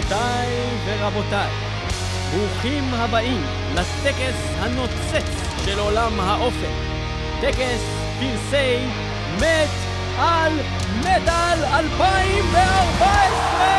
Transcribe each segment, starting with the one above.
גבירותיי ורבותיי, ברוכים הבאים לטקס הנוצץ של עולם האופן, טקס פרסי מת על מטל 2014.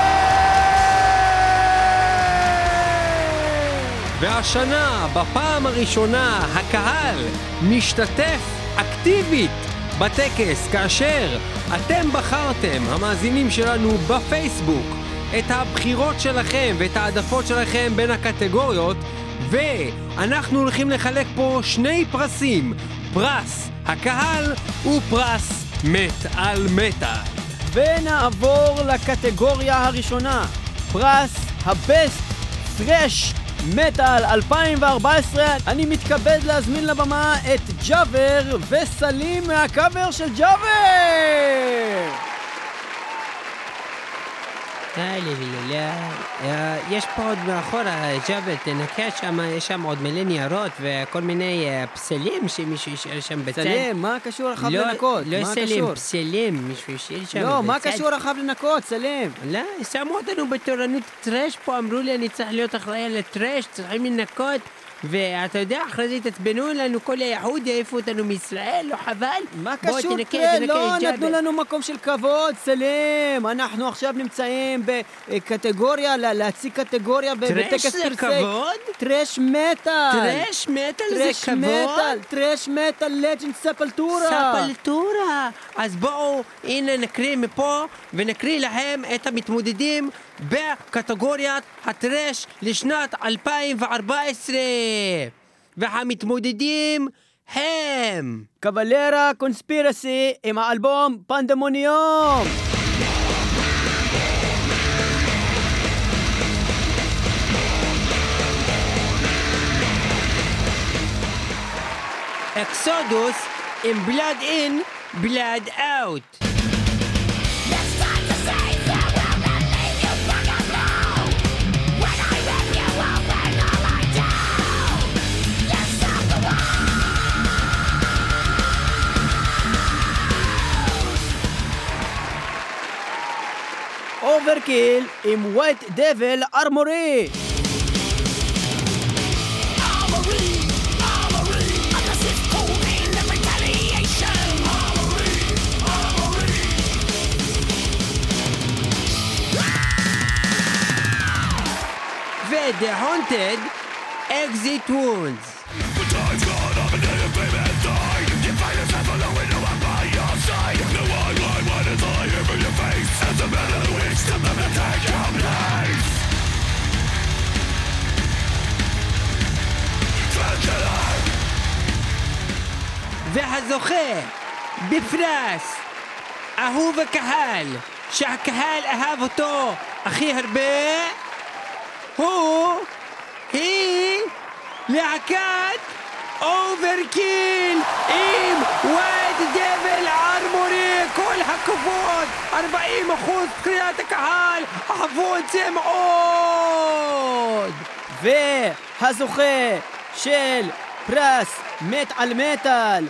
והשנה, בפעם הראשונה, הקהל משתתף אקטיבית בטקס, כאשר אתם בחרתם, המאזינים שלנו בפייסבוק, את הבחירות שלכם ואת העדפות שלכם בין הקטגוריות, ואנחנו הולכים לחלק פה שני פרסים, פרס הקהל ופרס מת על מטל. ונעבור לקטגוריה הראשונה, פרס הבסט טרש מטל 2014. אני מתכבד להזמין לבמה את ג'אבר וסלים מהקאבר של ג'אבר. יש פה עוד מאחורה, ג'אבר, תנקה שם, יש שם עוד מלא ניירות וכל מיני פסלים שמישהו ישאר שם בצד. סלים, מה קשור רחב לנקות? לא סלים, פסלים, מישהו ישאר שם בצד. לא, מה קשור רחב לנקות, סלים? לא, שמו אותנו בתורנות טרש פה, אמרו לי אני צריך להיות אחראי על הטרש, צריכים לנקות, ואתה יודע, אחרי זה תתבנו לנו כל היהוד, העיפו אותנו מישראל, לא חבל? מה קשור? לא, נתנו לנו מקום של כבוד, סלים. אנחנו עכשיו נמצאים בקטגוריה, להציג קטגוריה בטקס פרסי. טרש זה כבוד? טרש מטל. טרש מטל זה כבוד? טרש מטל, לג'נד ספלטורה. ספלטורה. אז בואו, הנה נקריא מפה, ונקריא להם את המתמודדים בקטגוריית הטרש לשנת 2014. והמתמודדים הם קבלרה קונספירסי עם האלבום פנדמוניום, אקסודוס עם בלאד אין בלאד אאוט. אוברקיל עם ווייט דבל ארמורי. ו-The Haunted Exit Wounds. והזוכה בפרס אהוב הקהל, שהקהל אהב אותו הכי הרבה, היא להקת אוברקיל עם ווייט דבל ארמורי. כל הכבוד, 40% קריאת הקהל אהבו את זה מאוד. והזוכה של פרס מת על מטל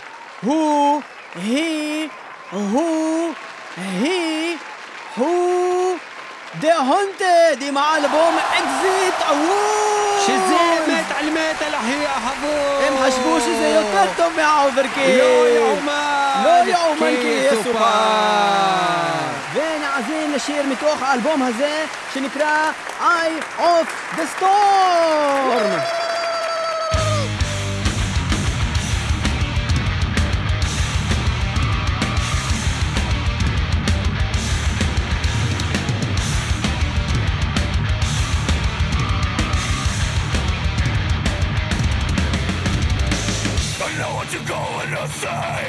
היא The Haunted עם האלבום Exit Wounds, שזה מת על מטל הכי אהבו. הם חשבו שזה יותר טוב מהאוברקיל. לא יאומן כי יסופר. ונאזין לשיר מתוך האלבום הזה שנקרא Eye of the Storm. You're going to say,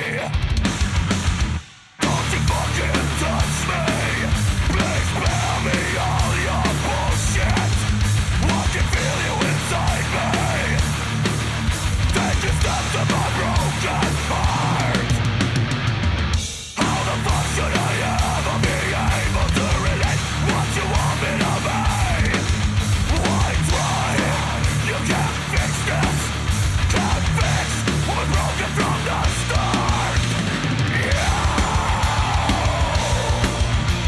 don't you fucking touch me. Please spare me all your bullshit. I can feel you inside me. Take a step to my broken heart. How the fuck should I ever be able to relate what you want me to be? Why try? You can't fix this. Can't fix what broken from the start. Yeah.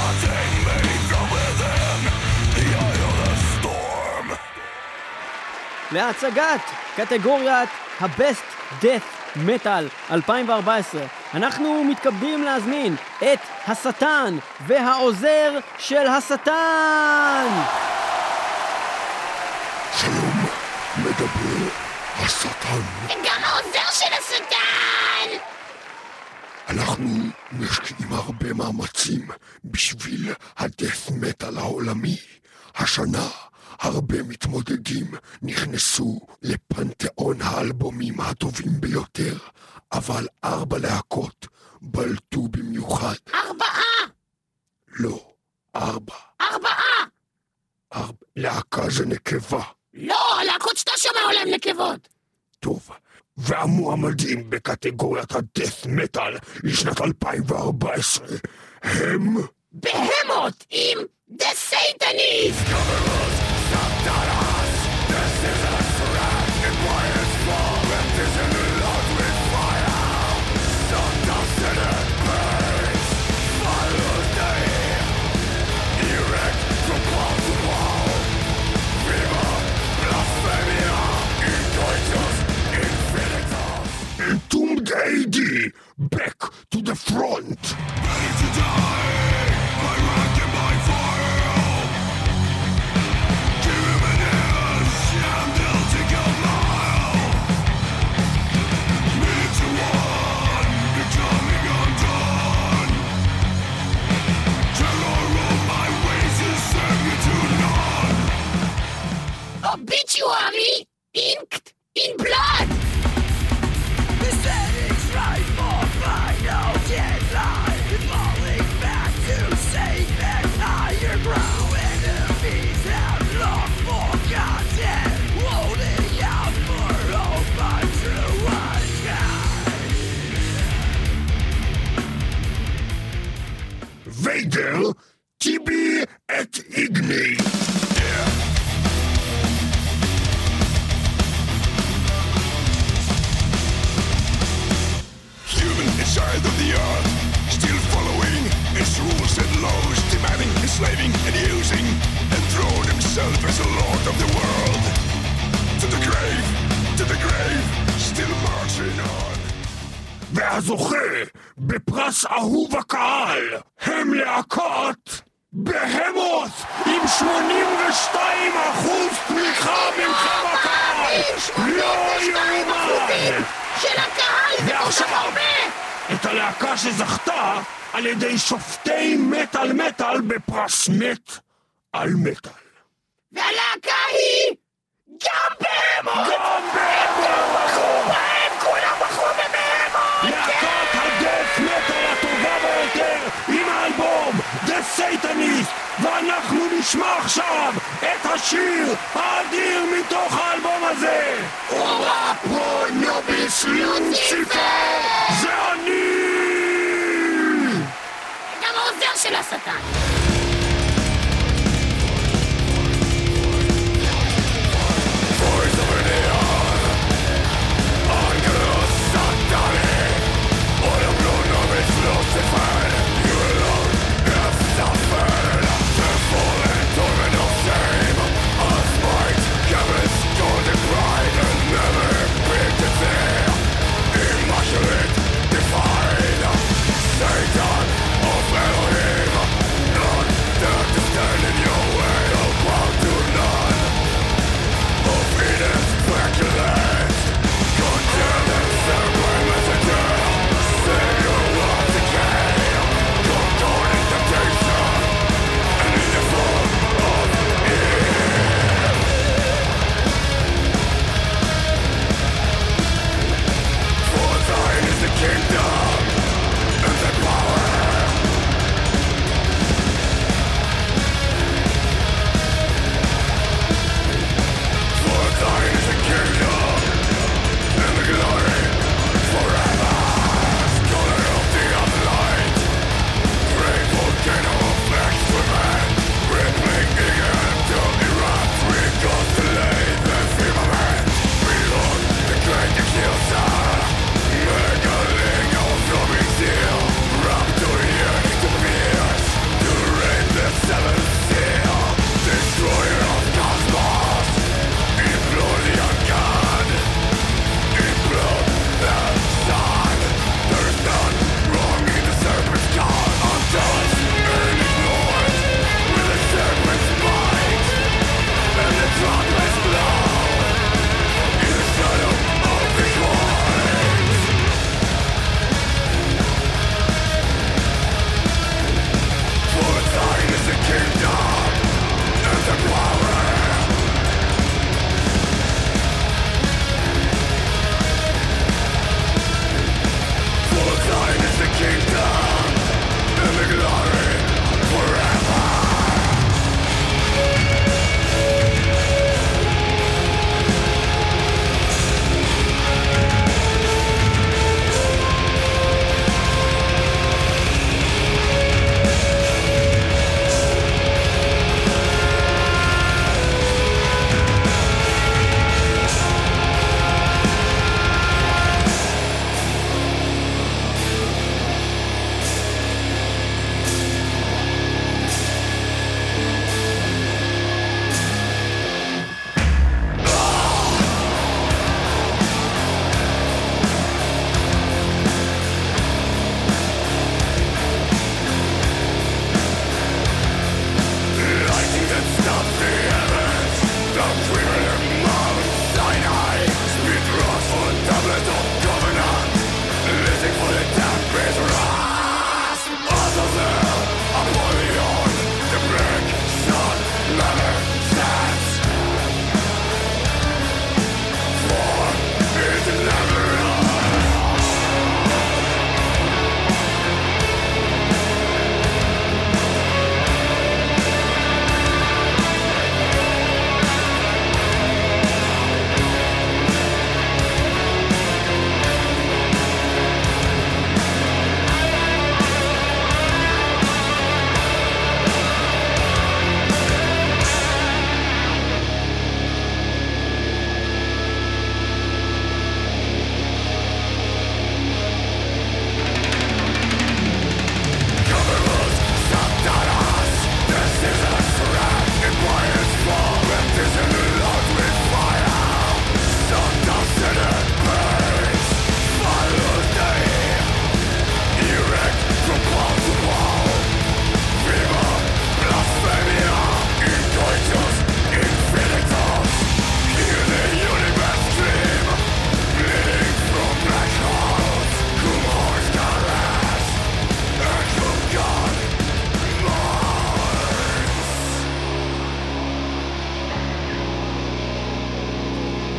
haunting me from within the eye of the storm. להצגת קטגוריית ה-Best Death Metal 2014 אנחנו מתכבדים להזמין את השטן והעוזר של השטן. שלום, מדבר השטן. גם העוזר של השטן! אנחנו משקיעים הרבה מאמצים בשביל הדף מטל העולמי. השנה הרבה מתמודדים נכנסו לפנתיאון האלבומים הטובים ביותר, אבל 4 להקות בלטו במיוחד. 4! לא, 4. 4! להקה זה נקבה. לא, להקות שאתה שומע עליהם נקבות. טוב, והמועמדים בקטגוריית הדף מטל לשנת 2014 הם... בהמות עם The Satanist! Entombed AD, back to the front. Ready to die, my rank and my fire. Give him an inch, and they'll take a mile. Minute to one, becoming undone. Terror of my ways is second to none. Obituary inked in blood! Vader, Tibi et Igni. Human inside of the earth, still following its rules and laws, demanding, enslaving, and using, and throwing himself as a lord of the world. To the grave, still marching on. והזוכה בפרס אהוב הקהל הם להקת בהמות עם 82% תמיכה ממכם הקהל. לא יאומן. של הקהל זה כל כך הרבה! את הלהקה שזכתה על ידי שופטי מטל בפרס מת על מטל. והלהקה היא גם בהמות! גם בהמות! כולם בחרו בבהמות! להקת הדף מטל הטובה ביותר עם האלבום The Satanist, ואנחנו נשמע עכשיו את השיר האדיר מתוך האלבום הזה. אורה פרו נוביס לוציפר, זה אני! גם העוזר של השטן. Satan of Elohim, no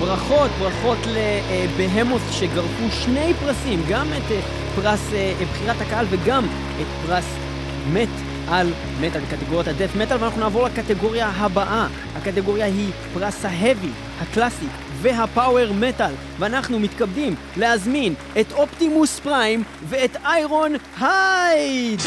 ברכות לבהמוס שגרפו 2 פרסים, גם את פרס בחירת הקהל וגם את פרס מת על מטל, קטגוריית הדף מטל, ואנחנו נעבור לקטגוריה הבאה. הקטגוריה היא פרס ההבי, הקלאסי והפאוור מטל, ואנחנו מתכבדים להזמין את אופטימוס פריים ואת איירון הייד.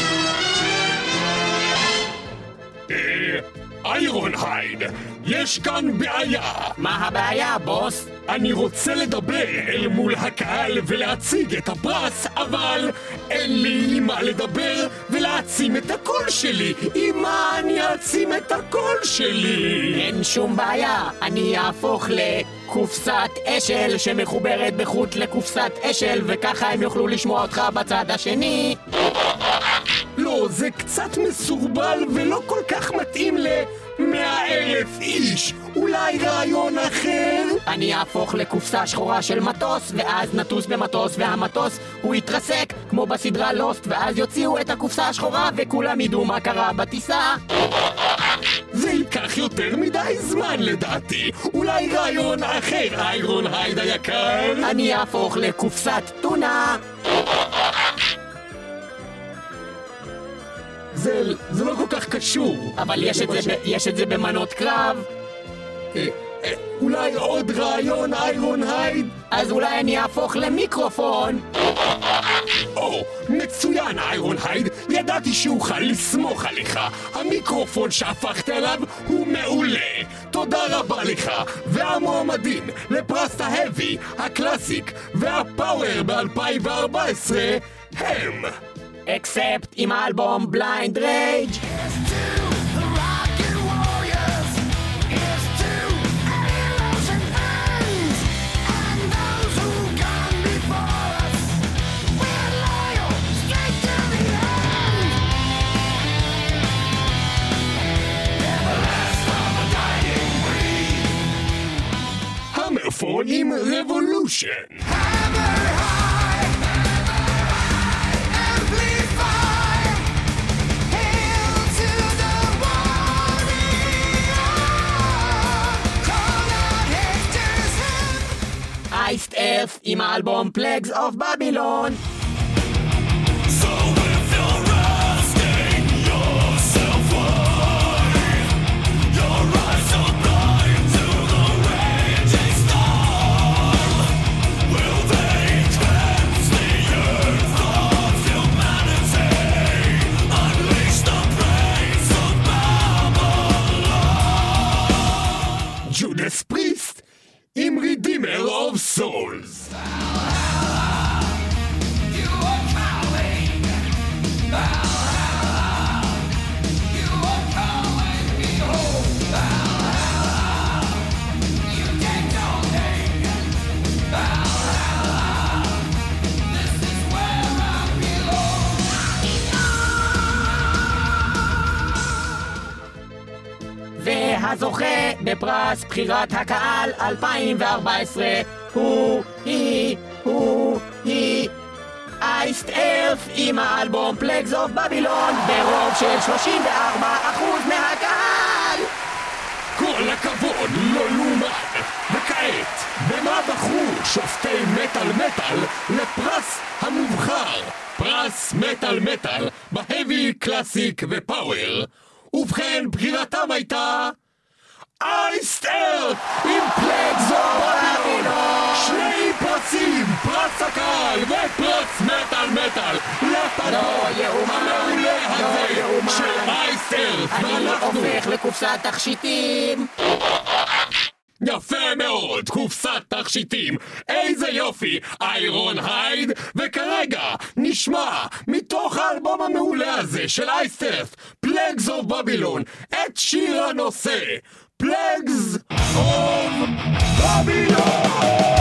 איירון הייד, יש כאן בעיה. מה הבעיה, בוס? אני רוצה לדבר אל מול הקהל ולהציג את הפרס, אבל אין לי מה לדבר ולהעצים את הקול שלי. עם מה אני אעצים את הקול שלי? אין שום בעיה, אני אהפוך לקופסת אשל שמחוברת בחוט לקופסת אשל, וככה הם יוכלו לשמוע אותך בצד השני. לא, זה קצת מסורבל ולא כל כך מתאים ל100,000 איש. אולי רעיון אחר? אני אהפוך לקופסה שחורה של מטוס, ואז נטוס במטוס, והמטוס הוא יתרסק כמו בסדרה לוסט, ואז יוציאו את הקופסה השחורה וכולם ידעו מה קרה בטיסה. זה ייקח יותר מדי זמן לדעתי. אולי רעיון אחר, איירון הייד היקר? אני אהפוך לקופסת טונה. זה לא כל כך קשור. אבל יש את זה במנות קרב. אולי עוד רעיון, איירון הייד? אז אולי אני אהפוך למיקרופון. מצוין, איירון הייד. ידעתי שאוכל לסמוך עליך. המיקרופון שהפכת אליו הוא מעולה. תודה רבה לך. והמועמדים לפרס ההבי, הקלאסיק והפאוור ב-2014 הם... אקספט עם האלבום בליינד רייג'. המרפון עם רבולושן. Iced Earth עם האלבום Plagues of Babylon. Judas Priest עם Redeemer of Souls. והזוכה בפרס בחירת הקהל 2014 היא Iced Earth עם האלבום Plagues of Babylon ברוב של 34% מהקהל. כל הכבוד, לא יאומן. וכעת, במה בחרו שופטי מטל לפרס המובחר, פרס מטל בהבי, קלאסיק ופאוור? ובכן, בחירתם הייתה Iced Earth עם Plagues of Babylon. 2 פרסים, פרס הקהל ופרס מטל לפדות המעולה הזה של Iced Earth. אני הופך לקופסת תכשיטים. יפה מאוד, קופסת תכשיטים. איזה יופי, איירון הייד. וכרגע נשמע מתוך האלבום המעולה הזה של Iced Earth, Plagues of Babylon, את שיר הנושא Plagues of Babylon.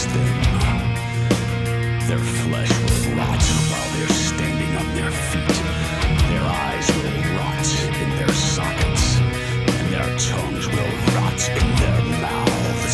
against them. Their flesh will rot while they're standing on their feet. Their eyes will rot in their sockets, and their tongues will rot in their mouths.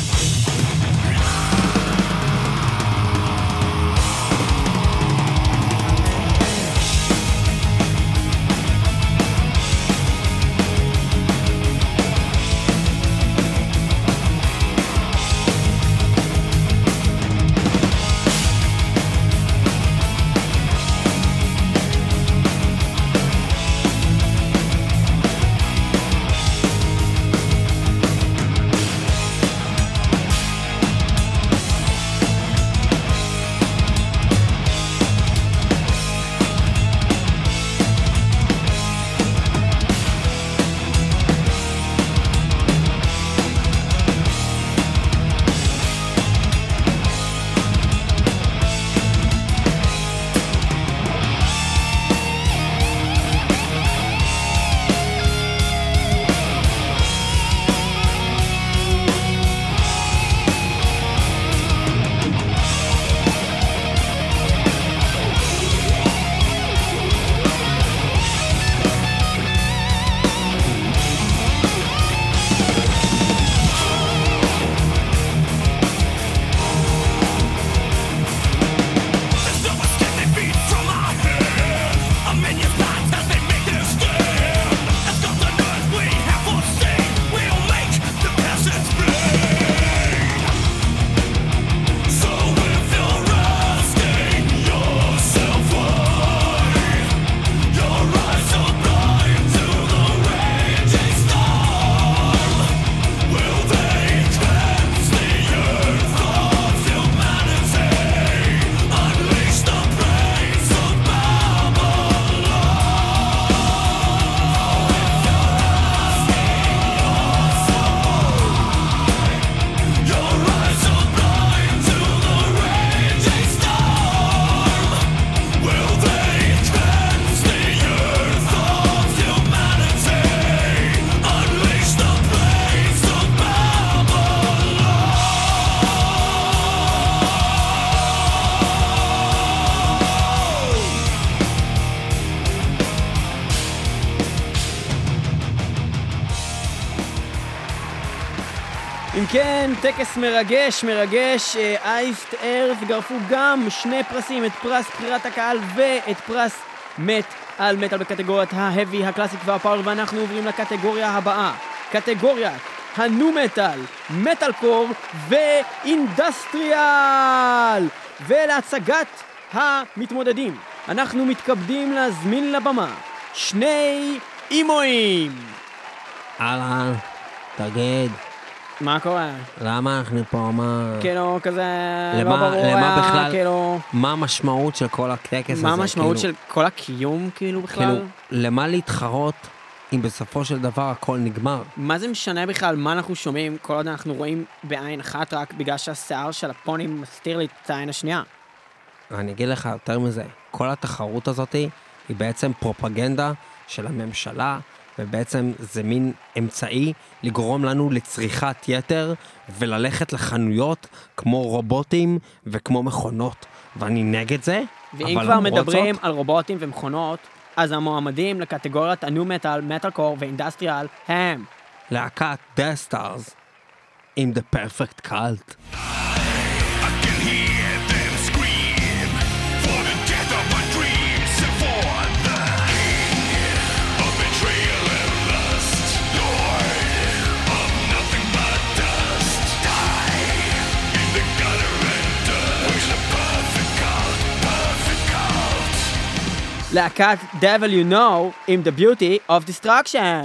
אם כן, טקס מרגש, אייסט ארת' גרפו גם 2 פרסים, את פרס בחירת הקהל ואת פרס מטאל בקטגוריית ההבי, הקלאסיק והפאוור, ואנחנו עוברים לקטגוריה הבאה, קטגוריית הנו מטאל, מטאל קור ואינדסטריאל. ולהצגת המתמודדים אנחנו מתכבדים להזמין לבמה 2 אימואים. אהלן, תגיד, מה קורה? למה אנחנו פה, מה... כאילו, כזה... לא ברור, למה בכלל, כאילו... מה המשמעות של כל הטקס הזה? מה המשמעות של כל הקיום, כאילו, בכלל? כאילו, למה להתחרות אם בסופו של דבר הכל נגמר? מה זה משנה בכלל מה אנחנו שומעים כל עוד אנחנו רואים בעין אחת רק בגלל שהשיער של הפוני מסתיר לי את העין השנייה? אני אגיד לך יותר מזה, כל התחרות הזאת היא בעצם פרופגנדה של הממשלה, ובעצם זה מין אמצעי לגרום לנו לצריכת יתר וללכת לחנויות כמו רובוטים וכמו מכונות, ואני נגד זה. ואם כבר מדברים על רובוטים ומכונות, אז המועמדים לקטגוריית הניו מטאל, מטאל קור ואינדסטריאל הם להקת Death Stars עם The Perfect Cult. להקת Devil You Know עם The Beauty of Destruction.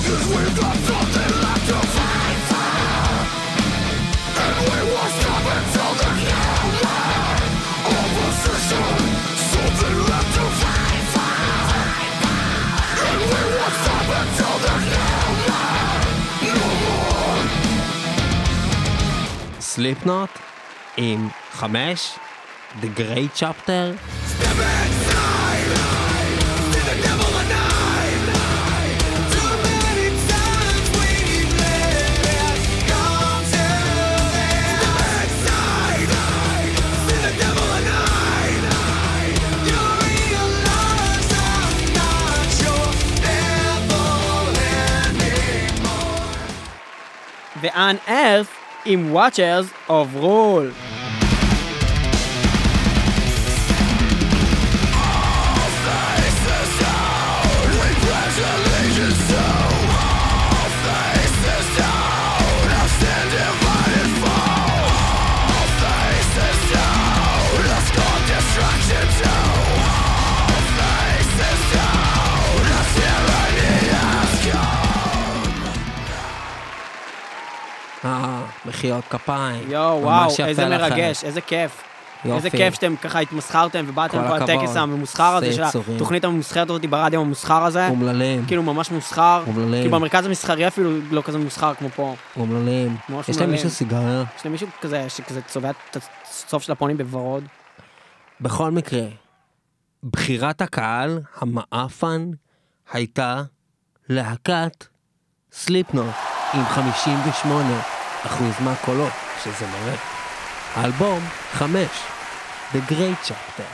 Slipknot עם 5 The Great Chapter. ו-Unearth עם Watchers of Rule. מחיאות כפיים. יואו, וואו, איזה מרגש, איזה כיף. איזה כיף שאתם ככה התמסחרתם ובאתם פה לטקס הממוסחר הזה של התוכנית הממוסחרת הזאת ברדיו הממוסחר הזה. אומללים. כאילו ממש מוסחר. אומללים. כאילו במרכז המסחרי אפילו לא כזה מוסחר כמו פה. אומללים. יש להם מישהו סיגריה? יש להם מישהו כזה שכזה צובע את הסוף של הפונים בוורוד. בכל מקרה, בחירת הקהל, המאפן, הייתה להקת סליפנוט עם 58% מהקולות, שזה מראה. האלבום 5, The Great Chapter.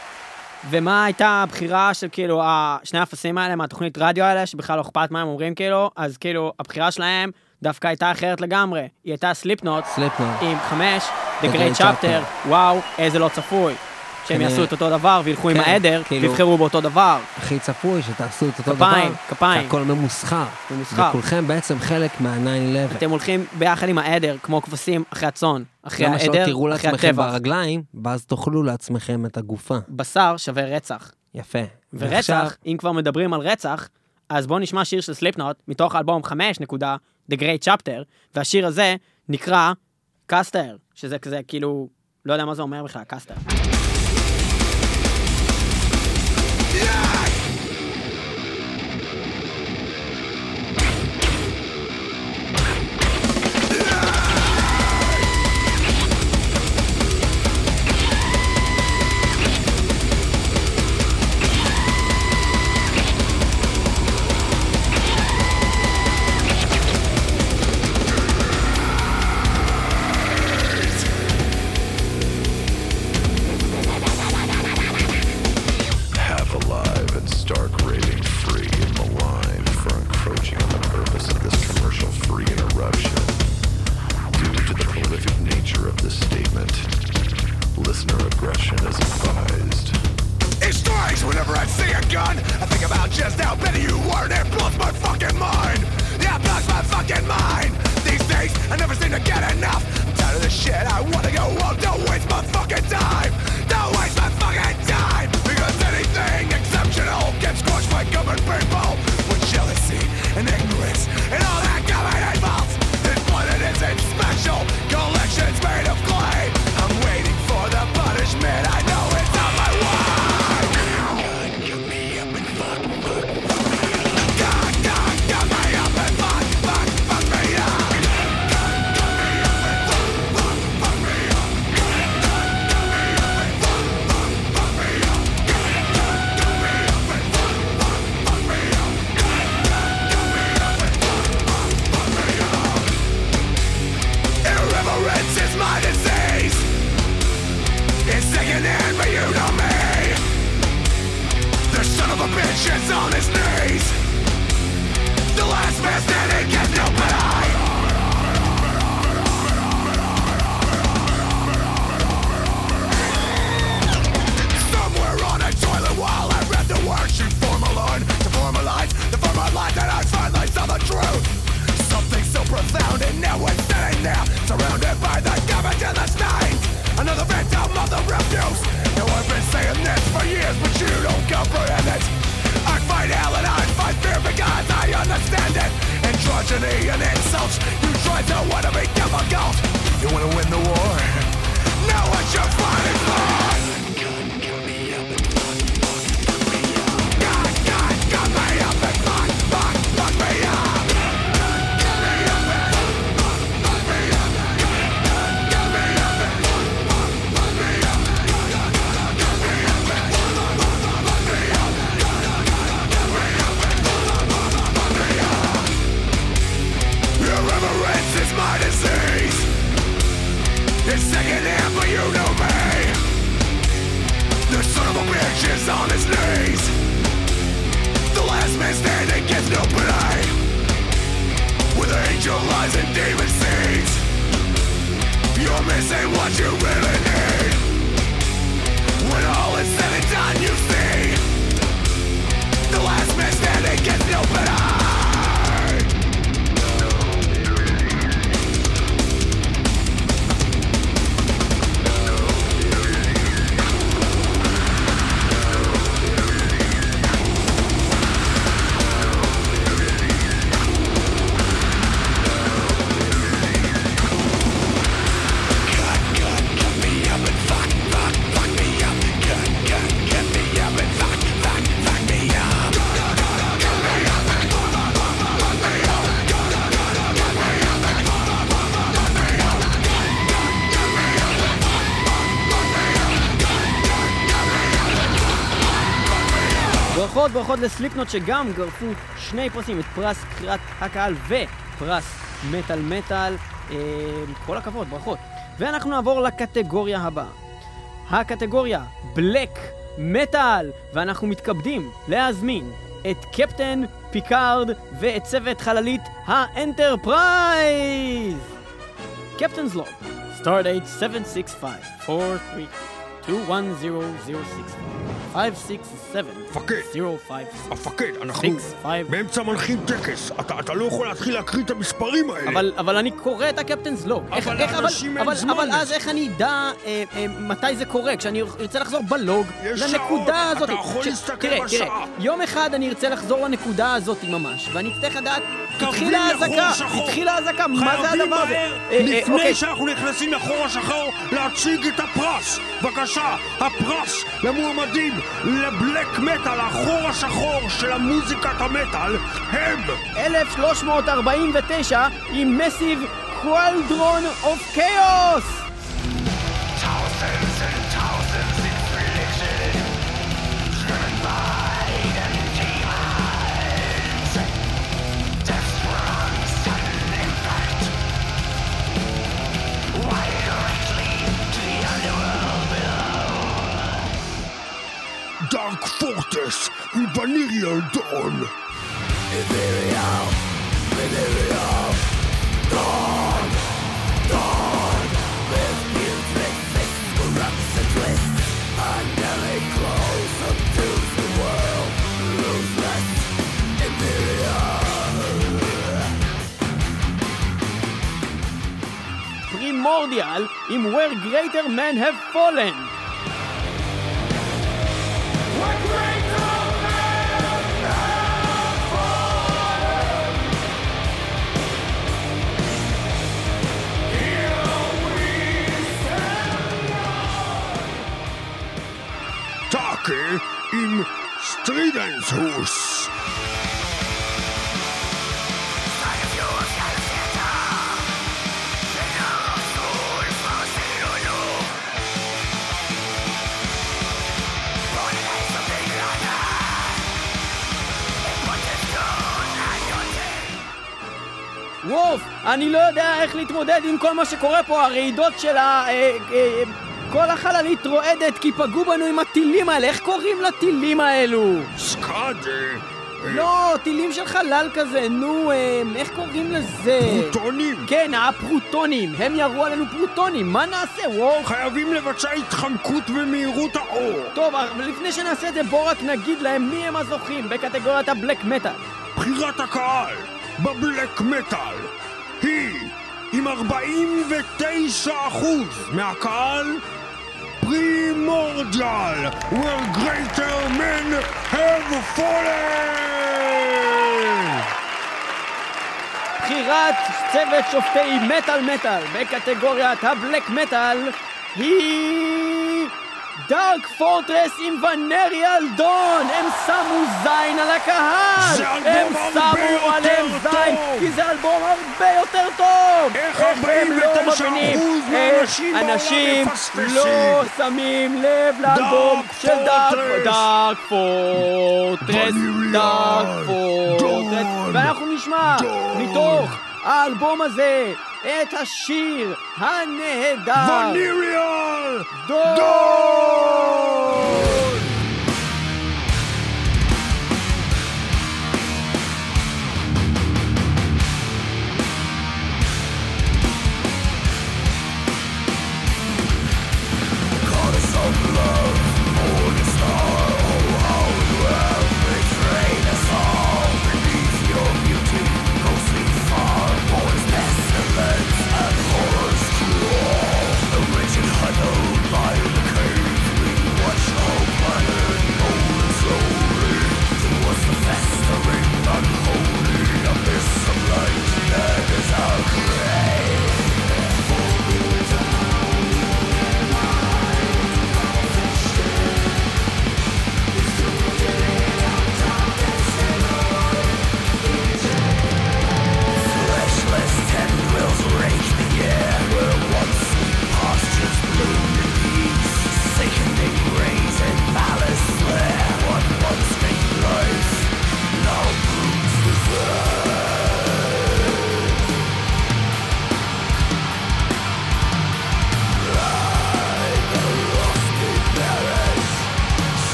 ומה הייתה הבחירה של כאילו שני האפסים האלה מהתוכנית רדיו האלה, שבכלל לא אכפת מה הם אומרים כאילו, אז כאילו הבחירה שלהם דווקא הייתה אחרת לגמרי. היא הייתה סליפנוט עם 5, The Great Chapter. וואו, איזה לא צפוי. שהם יעשו את אותו דבר וילכו עם העדר, ויבחרו באותו דבר. הכי צפוי שתעשו את אותו דבר. כפיים. הכל ממוסחר. וכולכם בעצם חלק מה-9-11. אתם הולכים ביחד עם העדר, כמו כבשים אחרי הצאן. אחרי העדר, למה שלא תראו אחרי לעצמכם הטבח. ברגליים, ואז תאכלו לעצמכם את הגופה. בשר שווה רצח. יפה. ורצח, אם כבר מדברים על רצח, אז בואו נשמע שיר של סליפנוט, מתוך אלבום 5, The Great Chapter, והשיר הזה נקרא קסטר, שזה כזה כאילו, לא יודע מה זה אומר בכלל, קסטר. With the angel lies and demon seeds. You're missing what you really need. When all is said and done, you see the last man standing gets no better. ברכות לסליפנוט שגם גרפו 2 פרסים, את פרס בחירת הקהל ופרס מטל. כל הכבוד, ברכות. ואנחנו נעבור לקטגוריה הבאה. הקטגוריה בלק מטל, ואנחנו מתכבדים להזמין את קפטן פיקארד ואת צוות חללית האנטרפרייז. קפטנ's log, stardate 765-432-10065. מפקד, אנחנו באמצע מנחים טקס. אתה לא יכול להתחיל להקריא את המספרים האלה. אבל אני קורא את הקפטנ's log. אבל לאנשים אין זמן. אבל אז איך אני אדע מתי זה קורה? כשאני ארצה לחזור בלוג לנקודה הזאת. אתה יכול להסתכל בשעה. תראה, יום אחד אני ארצה לחזור לנקודה הזאת ממש, ואני אצטרך לדעת, התחילה האזעקה, מה זה הדבר הזה? לפני שאנחנו נכנסים לחור השחור, להציג את הפרס. בבקשה, הפרס למועמדים לבלק מטל, החור השחור של המוזיקת המטל, הם 1349 עם מסיב קוואלדרון אוף קיוס. Thousands and thousands inflicted, driven by empty minds. Death from sudden impact, wired directly to the underworld below. Dark Fortress עם Venereal Dawn. Ethereal, dawn, with putrid fists, corrupts and twists, undeadly claws subdues the world, ruthless, imperial. Primordial עם Where Greater Men Have Fallen. עם סטרידנס הוס. ווף, אני לא יודע איך להתמודד עם כל מה שקורה פה, הרעידות של כל החללית רועדת כי פגעו בנו עם הטילים האלה. איך קוראים לטילים האלו? סקאדה. לא, טילים של חלל כזה, נו, איך קוראים לזה? פרוטונים. כן, הפרוטונים, הם ירו עלינו פרוטונים, מה נעשה, וואו? חייבים לבצע התחמקות במהירות האור. טוב, אבל לפני שנעשה את זה, בוא רק נגיד להם מי הם הזוכים בקטגוריית הבלק מטל. בחירת הקהל בבלק מטל היא עם 49% מהקהל פרימורדיאל, where greater men have fallen. בחירת צוות שופטי מטל בקטגוריית הבלק מטל היא דארק פורטרס עם ונריאל דון. הם שמו זין על הקהל, הם שמו עליהם זין כי זה אלבום הרבה יותר טוב. איך הם לא 49% מבינים, אנשים לא שמים לב לאלבום של דארק פורטרס. ואנחנו נשמע מתוך האלבום הזה את השיר הנהדר ונריאל דון.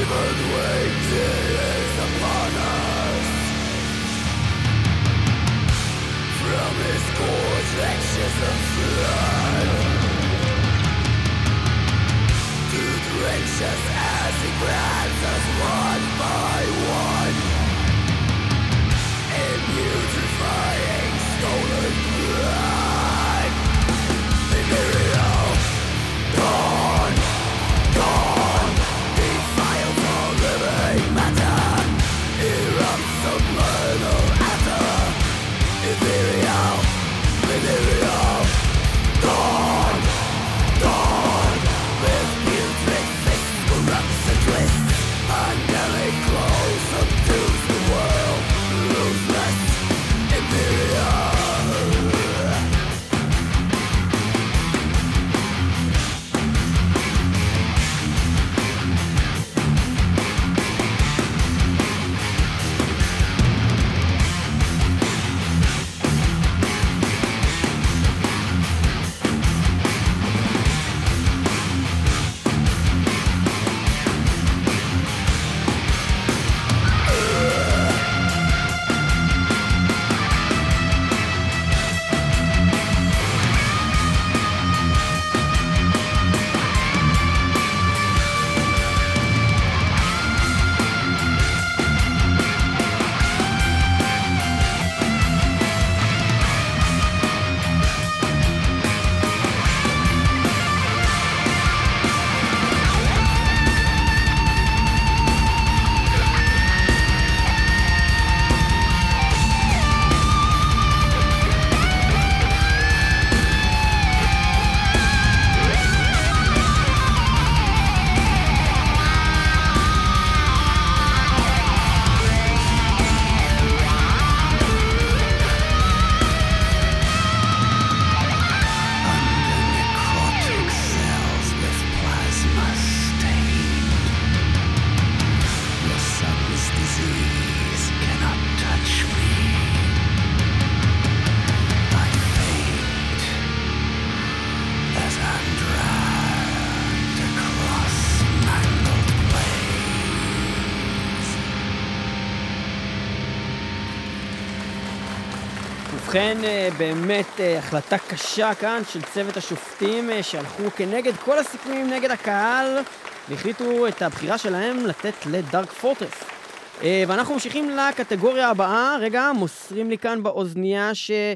ובכן, באמת החלטה קשה כאן של צוות השופטים שהלכו כנגד כל הסיכויים נגד הקהל והחליטו את הבחירה שלהם לתת לדארק פורטרס. ואנחנו ממשיכים לקטגוריה הבאה. רגע, מוסרים לי כאן באוזנייה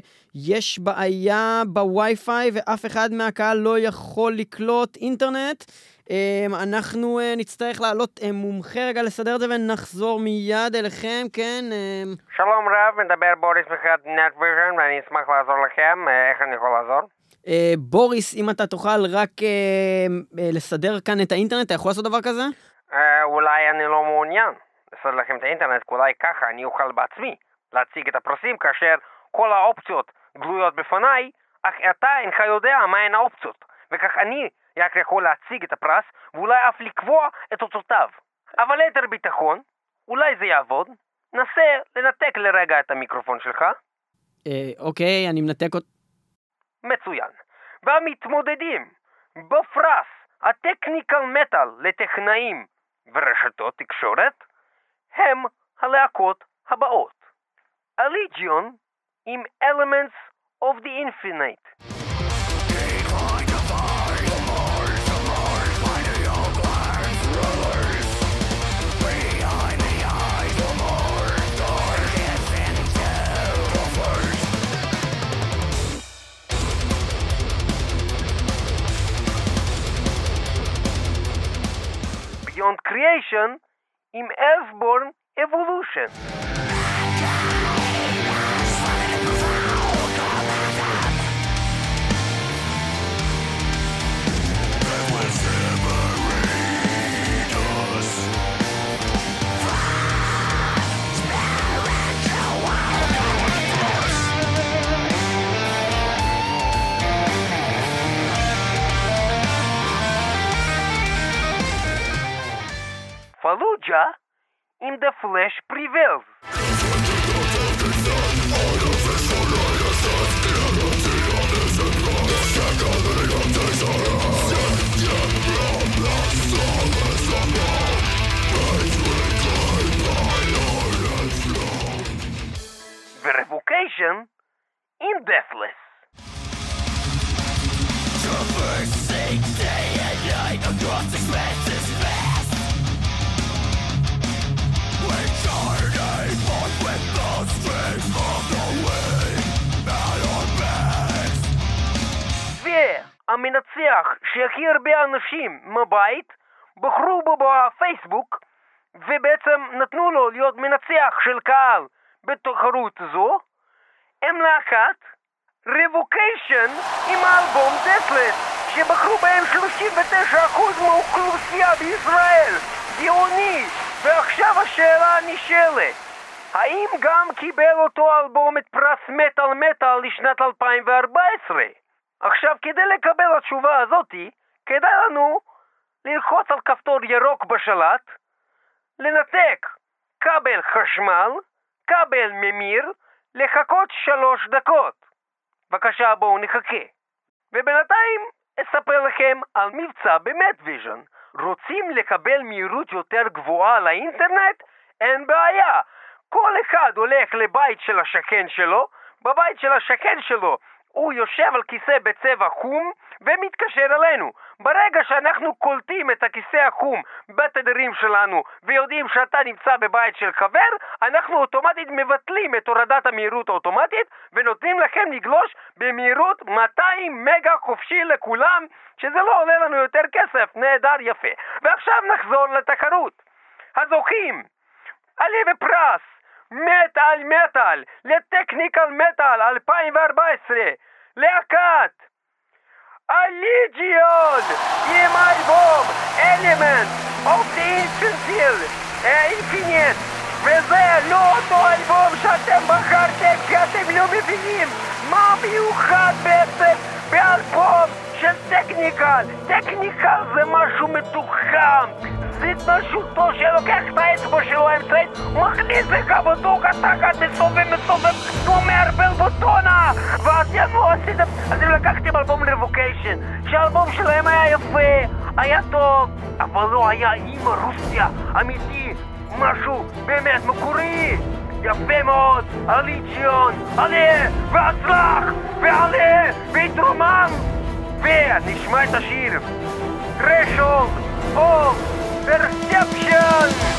שיש בעיה בווי-פיי ואף אחד מהקהל לא יכול לקלוט אינטרנט. אנחנו נצטרך לעלות מומחה רגע לסדר את זה ונחזור מיד אליכם. כן, שלום רב, מדבר בוריס מחברת NetVision ואני אשמח לעזור לכם. איך אני יכול לעזור? בוריס, אם אתה תוכל רק לסדר כאן את האינטרנט, אתה יכול לעשות דבר כזה? אולי אני לא מעוניין לסדר לכם את האינטרנט, אולי ככה אני אוכל בעצמי להציג את הפרסים כאשר כל האופציות גלויות בפניי, אך אתה אינך יודע מהן האופציות, וכך אני רק יכול להציג את הפרס ואולי אף לקבוע את תוצאותיו. אבל ליתר ביטחון, אולי זה יעבוד. נסה לנתק לרגע את המיקרופון שלך. אוקיי, אני מנתק אותו. מצוין. והמתמודדים בפרס הטכניקל מטל לטכנאים ורשתות תקשורת הם הלהקות הבאות: Allegion עם Elements of the Infinite, Beyond Creation עם Earthborn Evolution. Fallujah in The Flesh Prevails. revocation in Deathless. Traversing day and night across expanses vast, we journey forth with the strength of the wind at our backs. והמנצח שהכי הרבה אנשים מבית בחרו בו בפייסבוק ובעצם נתנו לו להיות מנצח של קהל בתחרות זו, הם להקת Revocation עם האלבום Deathless, שבחרו בהם 39% מהאוכלוסייה בישראל. גאוני. ועכשיו השאלה נשאלת, האם גם קיבל אותו אלבום את פרס מטל לשנת 2014? עכשיו, כדי לקבל התשובה הזאתי, כדאי לנו ללחוץ על כפתור ירוק בשלט, לנתק כבל חשמל, כבל ממיר, לחכות 3 דקות. בבקשה, בואו נחכה. ובינתיים אספר לכם על מבצע במטוויז'ן. רוצים לקבל מהירות יותר גבוהה לאינטרנט? אין בעיה. כל אחד הולך לבית של השכן שלו, בבית של השכן שלו הוא יושב על כיסא בצבע חום ומתקשר אלינו. ברגע שאנחנו קולטים את הכיסא החום בתדרים שלנו ויודעים שאתה נמצא בבית של חבר, אנחנו אוטומטית מבטלים את הורדת המהירות האוטומטית ונותנים לכם לגלוש במהירות 200 מגה חופשי לכולם, שזה לא עולה לנו יותר כסף. נהדר, יפה. ועכשיו נחזור לתחרות. הזוכים עלי בפרס מטל לטכניקל מטל 2014, להקת הליג'יון עם האלבום Element of the Infinite, וזה לא אותו אלבום שאתם בחרתם, כי אתם לא מבינים מה מיוחד בעצם באלבום של טכניקל. טכניקל זה משהו מתוחם, זה פשוטו שלוקח את האצבע שלו האמצעית, מכניס לך בדוק התחת, מסובב, כמו מערבל בוטונה, ואתם לא עשיתם. אז הם לקחתם אלבום Revocation, שהאלבום שלהם היה יפה, היה טוב, אבל לא היה עם רוסיה אמיתי, משהו באמת מקורי. יפה מאוד, הליג'יון, עלה והצלח, ועלה והתרומם. ונשמע את השיר Threshold of Perception.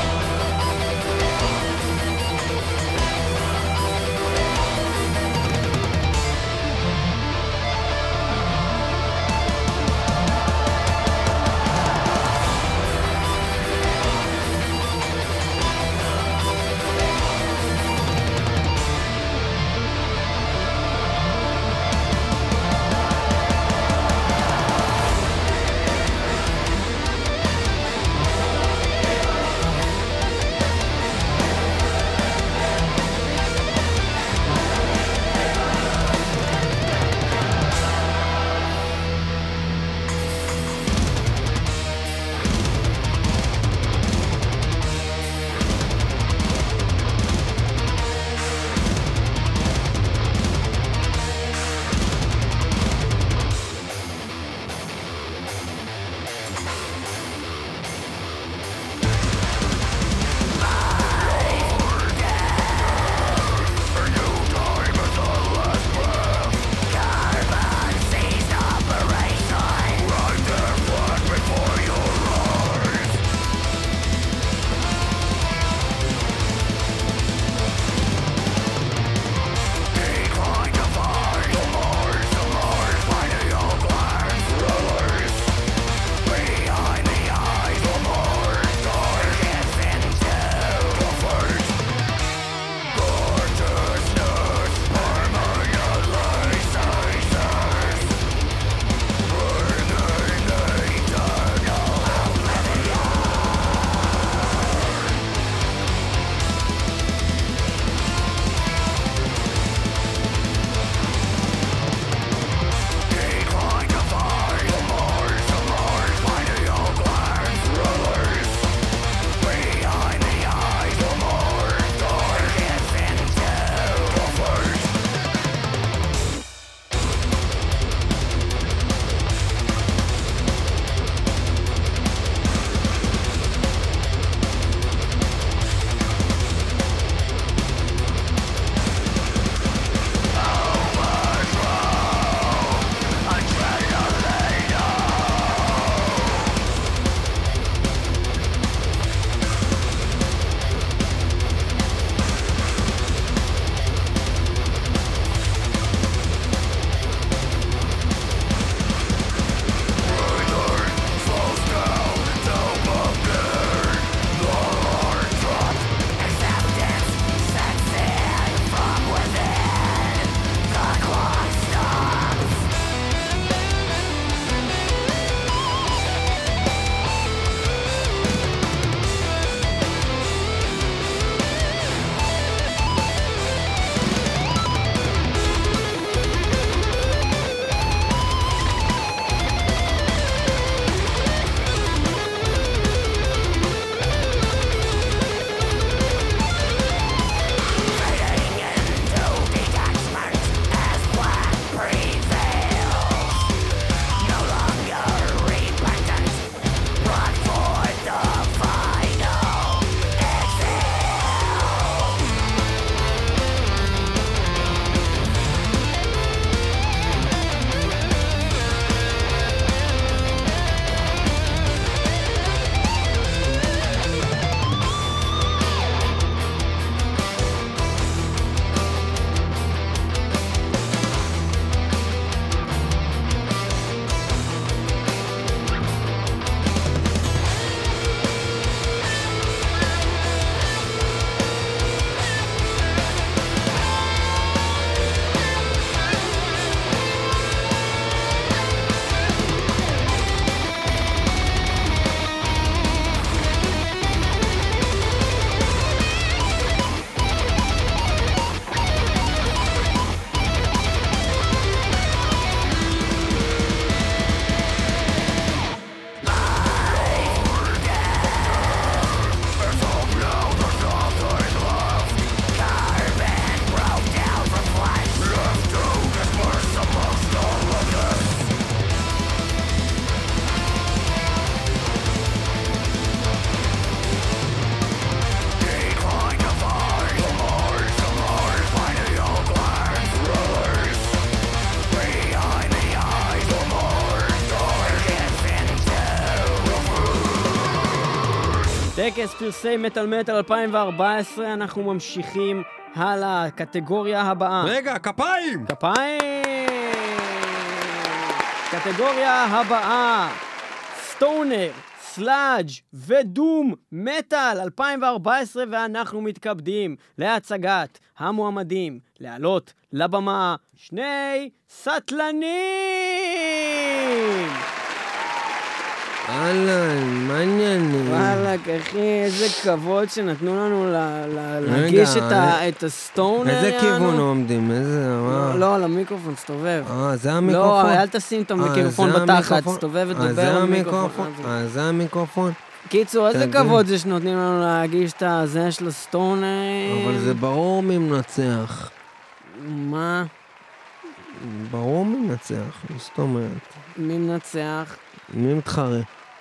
טקס פרסי מטל 2014, אנחנו ממשיכים הלאה, קטגוריה הבאה. רגע, כפיים! קטגוריה הבאה, סטונר, סלאג' ודום מטל 2014, ואנחנו מתכבדים להצגת המועמדים לעלות לבמה שני סטלנים. אהלן, מה העניינים? וואלק, אחי, איזה כבוד שנתנו לנו להגיש את הסטונר. איזה כיוון עומדים? איזה... לא, למיקרופון, סתובב. זה המיקרופון? לא, אל תשים את המיקרופון בתחת, סתובב ודבר למיקרופון. זה המיקרופון? קיצור, איזה כבוד זה שנותנים לנו להגיש את הזה של הסטונר. אבל זה ברור מי מנצח. מה? ברור מי מנצח, זאת אומרת. מי מנצח? מי מתחרה?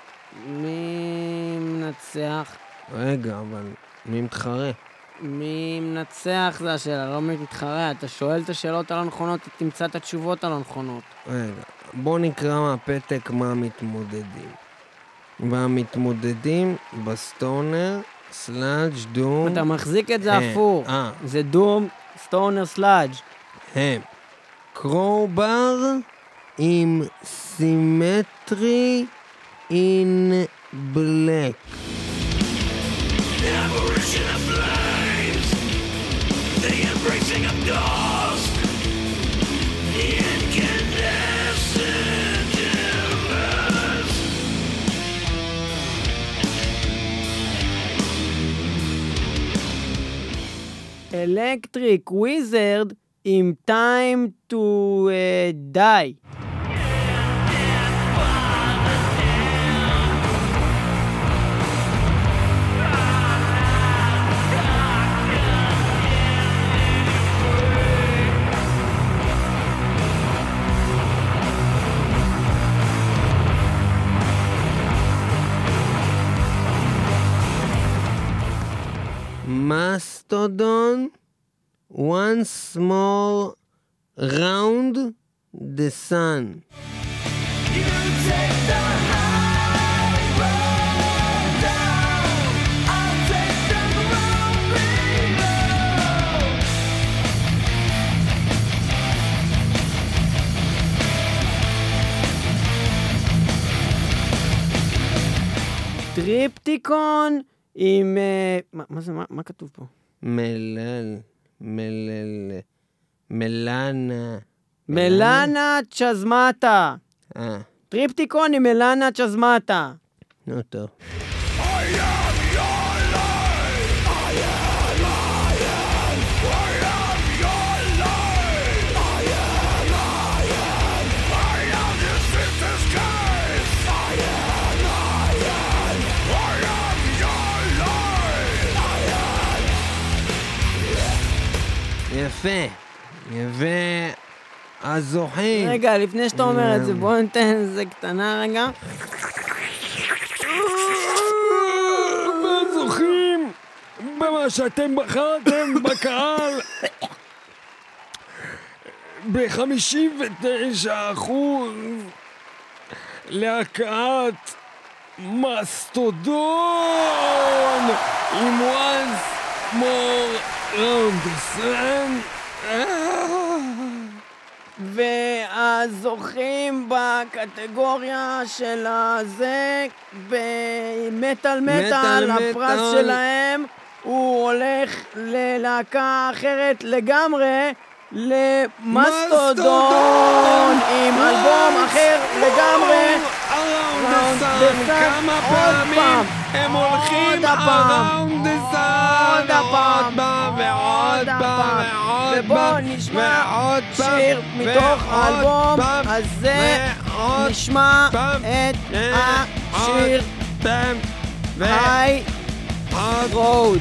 מי מנצח? רגע, אבל מי מתחרה? מי מנצח זה השאלה, לא מי מתחרה. אתה שואל את השאלות הלא נכונות, אתה תמצא את התשובות הלא נכונות. רגע, בוא נקרא מהפתק מה המתמודדים. והמתמודדים בסטונר, סלאג' דום... אתה מחזיק את זה הפוך. זה דום, סטונר, סלאג'. הם קרובר עם סימטרי in black. The apparition of flames, the embracing of dust, the incandescent embers. Electric Wizard in Time to Die. Mastodon, once more round the sun. You take the high road down, I'll take the road below. טריפטיקון עם... מה זה? מה כתוב פה? מלאנה צ'זמטה. טריפטיקון עם מלאנה צ'זמטה. נו טוב. יפה, הזוכים. רגע, לפני שאתה אומר את זה, בוא ניתן איזה קטנה רגע. והזוכים במה שאתם בחרתם בקהל ב-59% להקעת מסטודון עם once more round the sun. והזוכים בקטגוריה של הזה במטל, הפרס שלהם הוא הולך ללהקה אחרת לגמרי, למסטודון עם אלבום אחר לגמרי. כמה פעמים הם הולכים around the sun, עוד פעם ועוד פעם ובוא נשמע שיר מתוך האלבום הזה. נשמע את השיר High Road.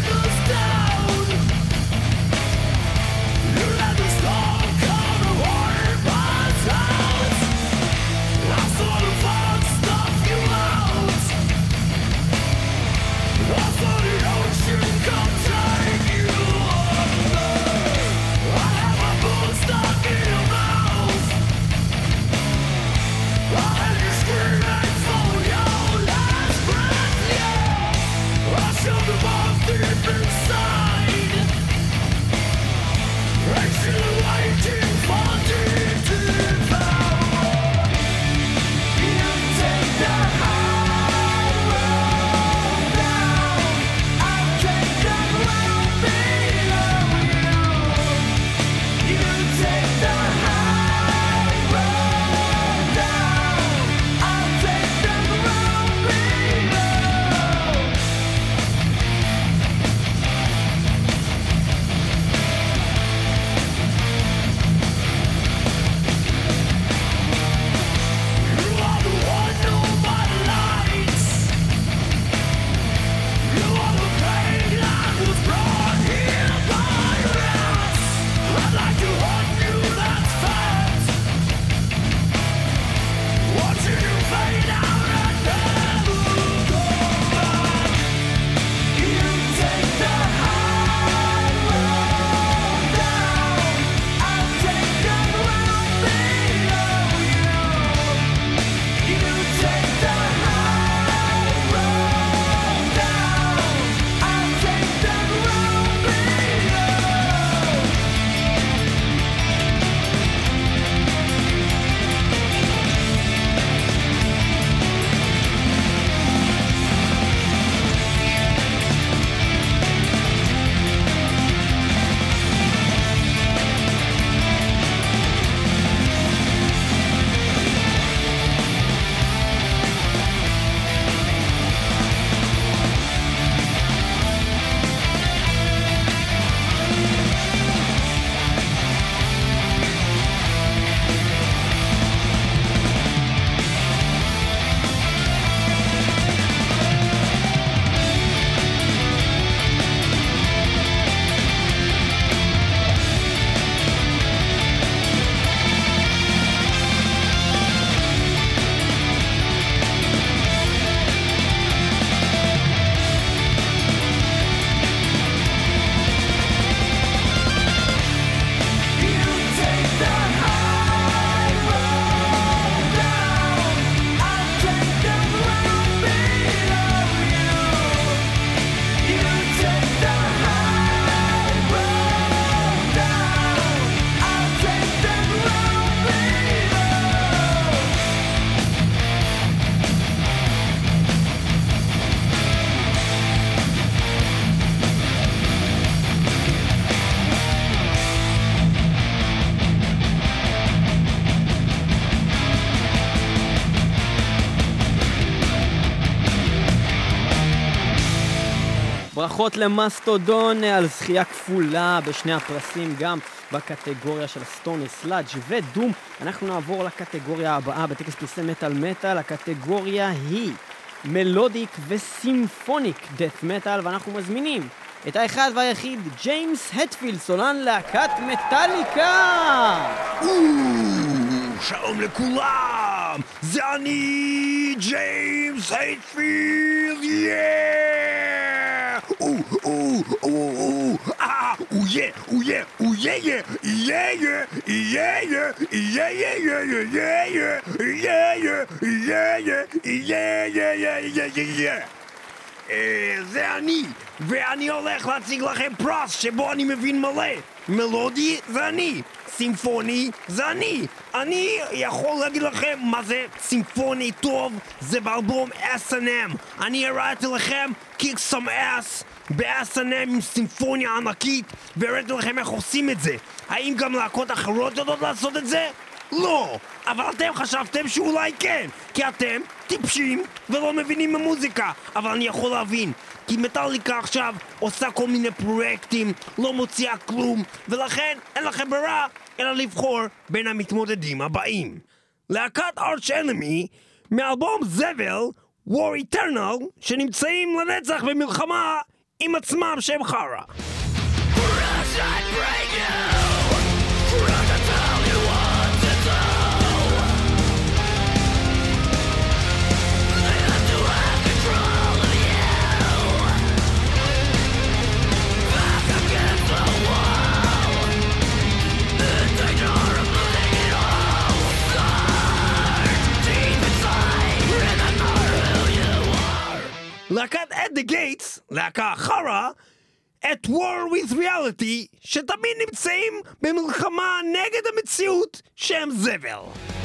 Let the storm come and ברכות למאסטודון על זכייה כפולה בשני הפרסים, גם בקטגוריה של סטוני סלאג' ודום. אנחנו נעבור לקטגוריה הבאה בטקס פרסי מטל מטל. הקטגוריה היא מלודיק וסימפוניק דאט מטל, ואנחנו מזמינים את האחד והיחיד ג'יימס הטפילד, סולן להקת מטליקה. שלום לכולם, זה אני ג'יימס הטפילד, זה אני, ואני הולך להציג לכם פרס שבו אני מבין מלא. מלודי זה אני, סימפוני זה אני יכול להגיד לכם מה זה סימפוני טוב, זה באלבום S&M. אני הראיתי לכם kick some ass ב-S&M עם סימפוניה ענקית, והראיתי לכם איך עושים את זה. האם גם להקות אחרות יודעות לעשות את זה? לא, אבל אתם חשבתם שאולי כן, כי אתם טיפשים ולא מבינים במוזיקה. אבל אני יכול להבין, כי מטליקה עכשיו עושה כל מיני פרויקטים, לא מוציאה כלום, ולכן אין לכם ברירה אלא לבחור בין המתמודדים הבאים. להקת ארץ' אנמי מאלבום זבל War Eternal, שנמצאים לנצח במלחמה עם עצמם שהם חרה. להקת At the Gates, להקה חרה, At War with Reality, שתמיד נמצאים במלחמה נגד המציאות שהם זבל.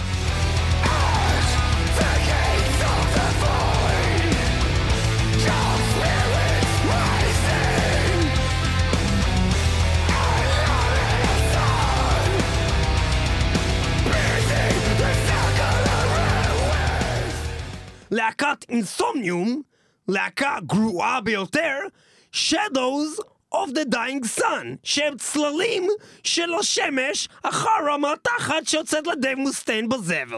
להקת אינסומניום, להקה גרועה ביותר, Shadows of the Dying Sun, שהם צללים של השמש החרה מהתחת שיוצאת לדייב מוסטיין בזבל.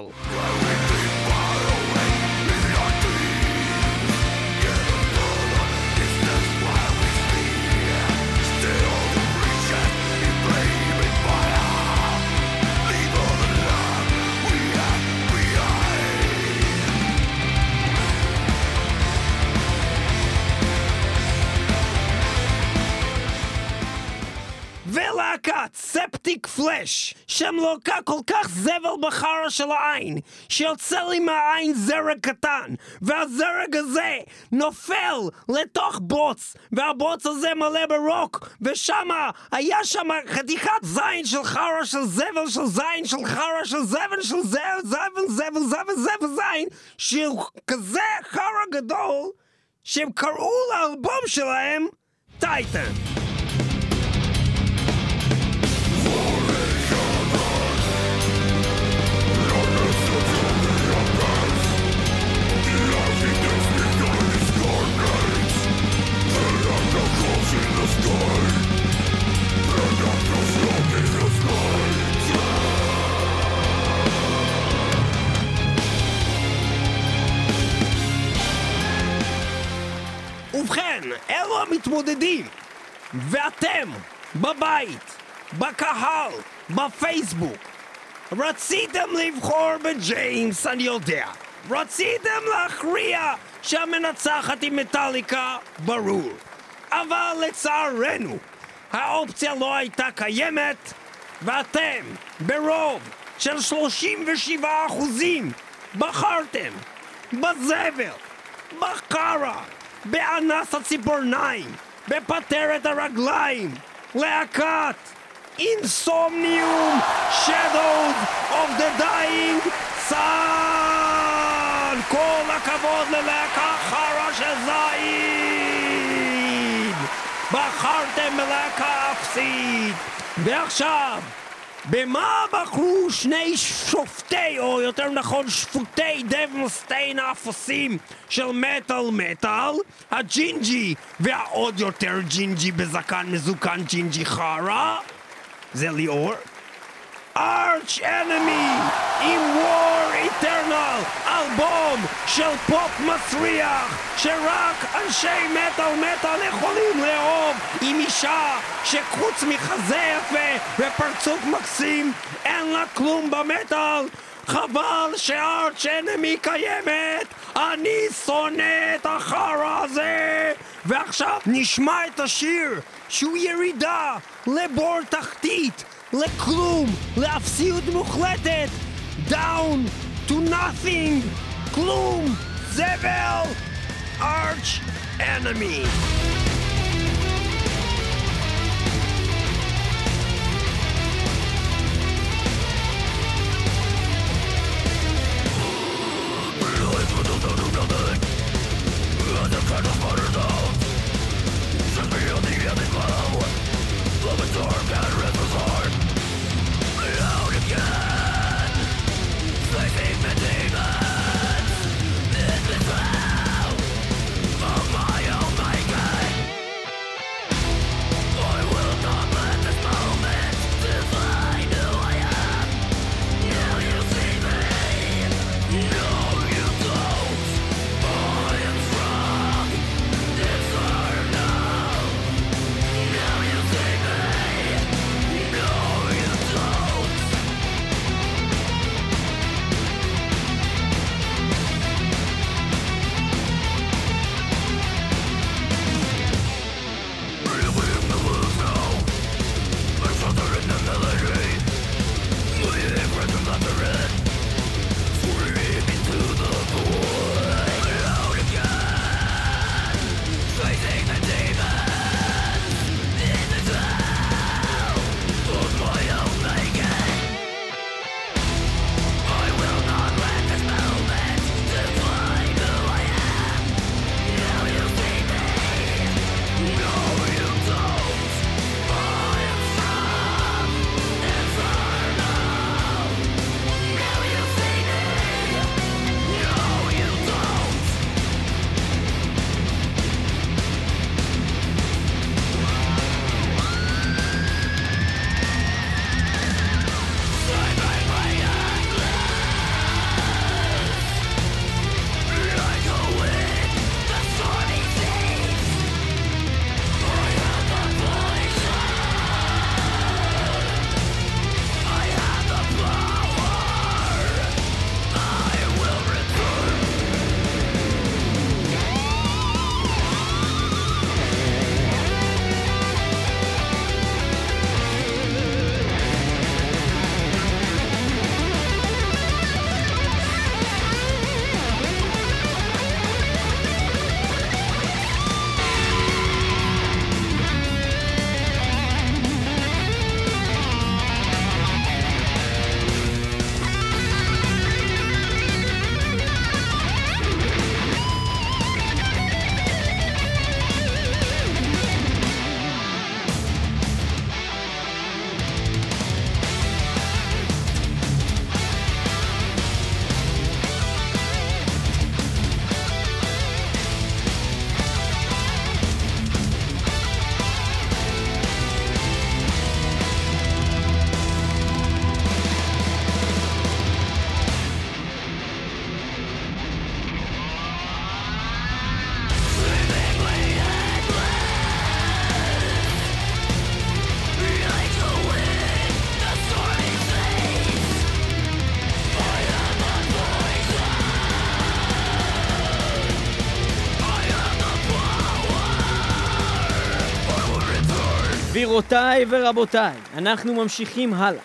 ולהקת ספטיק פלש, שמלוקה כל כך זבל בחרה של העין, שיוצא לי מהעין זרג קטן, והזרג הזה נופל לתוך בוץ, והבוץ הזה מלא ברוק, ושמה, היה שמה חתיכת זין של חרה של זבל של זין של חרה של זבל של זבל זין, של כזה חרה גדול, שהם קראו לאלבום שלהם טייטן. ובכן, אלו המתמודדים, ואתם בבית, בקהל, בפייסבוק, רציתם לבחור בג'יימס, אני יודע. רציתם להכריע שהמנצחת עם מטליקה, ברור. אבל לצערנו, האופציה לא הייתה קיימת, ואתם, ברוב של 37%, בחרתם בזבל, בחרה, באנס הציפורניים, בפטרת הרגליים, להקת אינסומניום, Shadows of the Dying Sun. כל הכבוד ללהקה חרה של זין. בחרתם בלהקה אפסית. ועכשיו במה בחרו שני שופטי, או יותר נכון שפוטי דבנסטיין האפסים של מטל, הג'ינג'י והעוד יותר ג'ינג'י בזקן מזוקן ג'ינג'י חרה? זה ליאור? ארץ' אנמי עם וור איטרנל, אלבום של פופ מסריח שרק אנשי מטל יכולים לאהוב, עם אישה שחוץ מחזה יפה ופרצוף מקסים אין לה כלום במטל. חבל שארץ' אנמי קיימת, אני שונא את החרא הזה. ועכשיו נשמע את השיר שהוא ירידה לבור תחתית, לכלום, לאפסיות מוחלטת, down to nothing, כלום, זבל, Arch Enemy. גבירותיי ורבותיי, אנחנו ממשיכים הלאה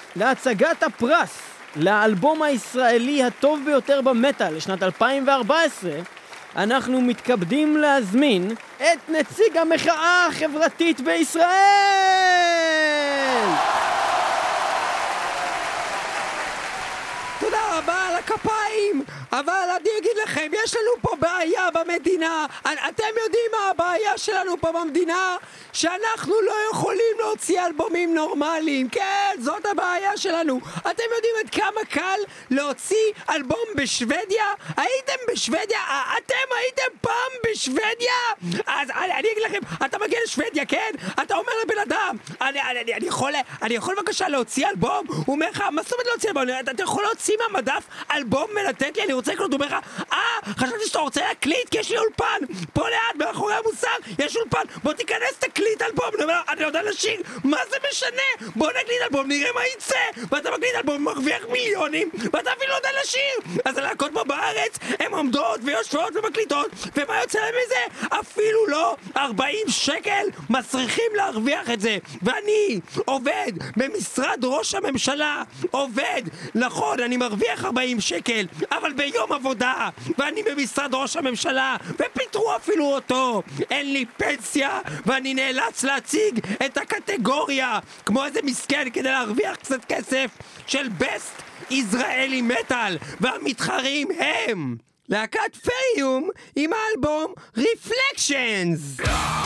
להצגת הפרס לאלבום הישראלי הטוב ביותר במטל לשנת 2014. אנחנו מתכבדים להזמין את נציג המחאה החברתית בישראל. תודה רבה על הכפיים, אבל אני אגיד לכם, יש לנו פה בעיה במדינה. אתם יודעים מה הבעיה שלנו פה במדינה? שאנחנו לא יכולים להוציא אלבומים נורמליים. כן, זאת הבעיה שלנו. אתם יודעים עד כמה קל להוציא אלבום בשוודיה? הייתם בשוודיה? אתם הייתם פעם בשוודיה? אז אני אגיד לכם, אתה מגיע לשוודיה, כן? אתה אומר לבן אדם, אני יכול בבקשה להוציא אלבום? הוא אומר לך, מה זאת אומרת להוציא אלבום? אתה יכול להוציא מהמדף אלבום ולתת לי? אני רוצה לקנות. הוא אומר לך, חשבתי שאתה רוצה להקליט כי יש לי אולפן פה ליד, מאחורי המוסר יש אולפן, בוא תיכנס תקליט אלבום. אני יודע לשיר, מה זה משנה? בוא נקליט אלבום, נראה מה יצא. ואתה מקליט אלבום, מרוויח מיליונים, ואתה אפילו לא יודע לשיר. אז הלהקות פה בארץ הן עומדות ויושבות ומקליטות, ומה יוצא להם מזה? אפילו לא 40 שקל מצריכים להרוויח את זה. ואני עובד במשרד ראש הממשלה, עובד, נכון, אני מרוויח 40 שקל, אבל ביום עבודה, ואני במשרד ראש הממשלה, ופיתרו אפילו אותו. אין לי פנסיה, ואני נאלץ להציג את הקטגוריה כמו איזה מסכן כדי להרוויח קצת כסף של בסט ישראלי מטל, והמתחרים הם להקת פריום עם האלבום Reflections.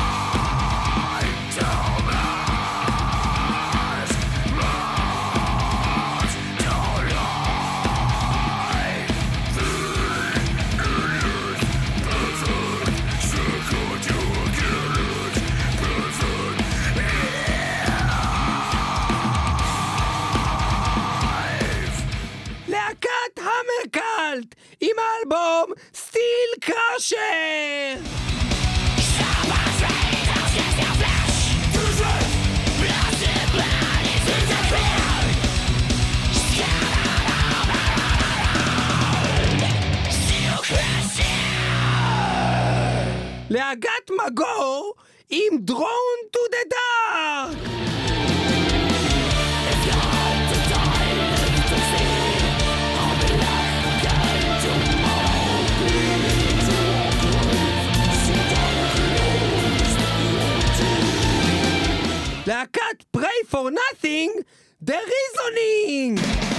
להקת המרקלט עם האלבום סטיל קראשר. להקת מגור עם Drawn to the Dark. להקת Pray for Nothing, The Reasoning.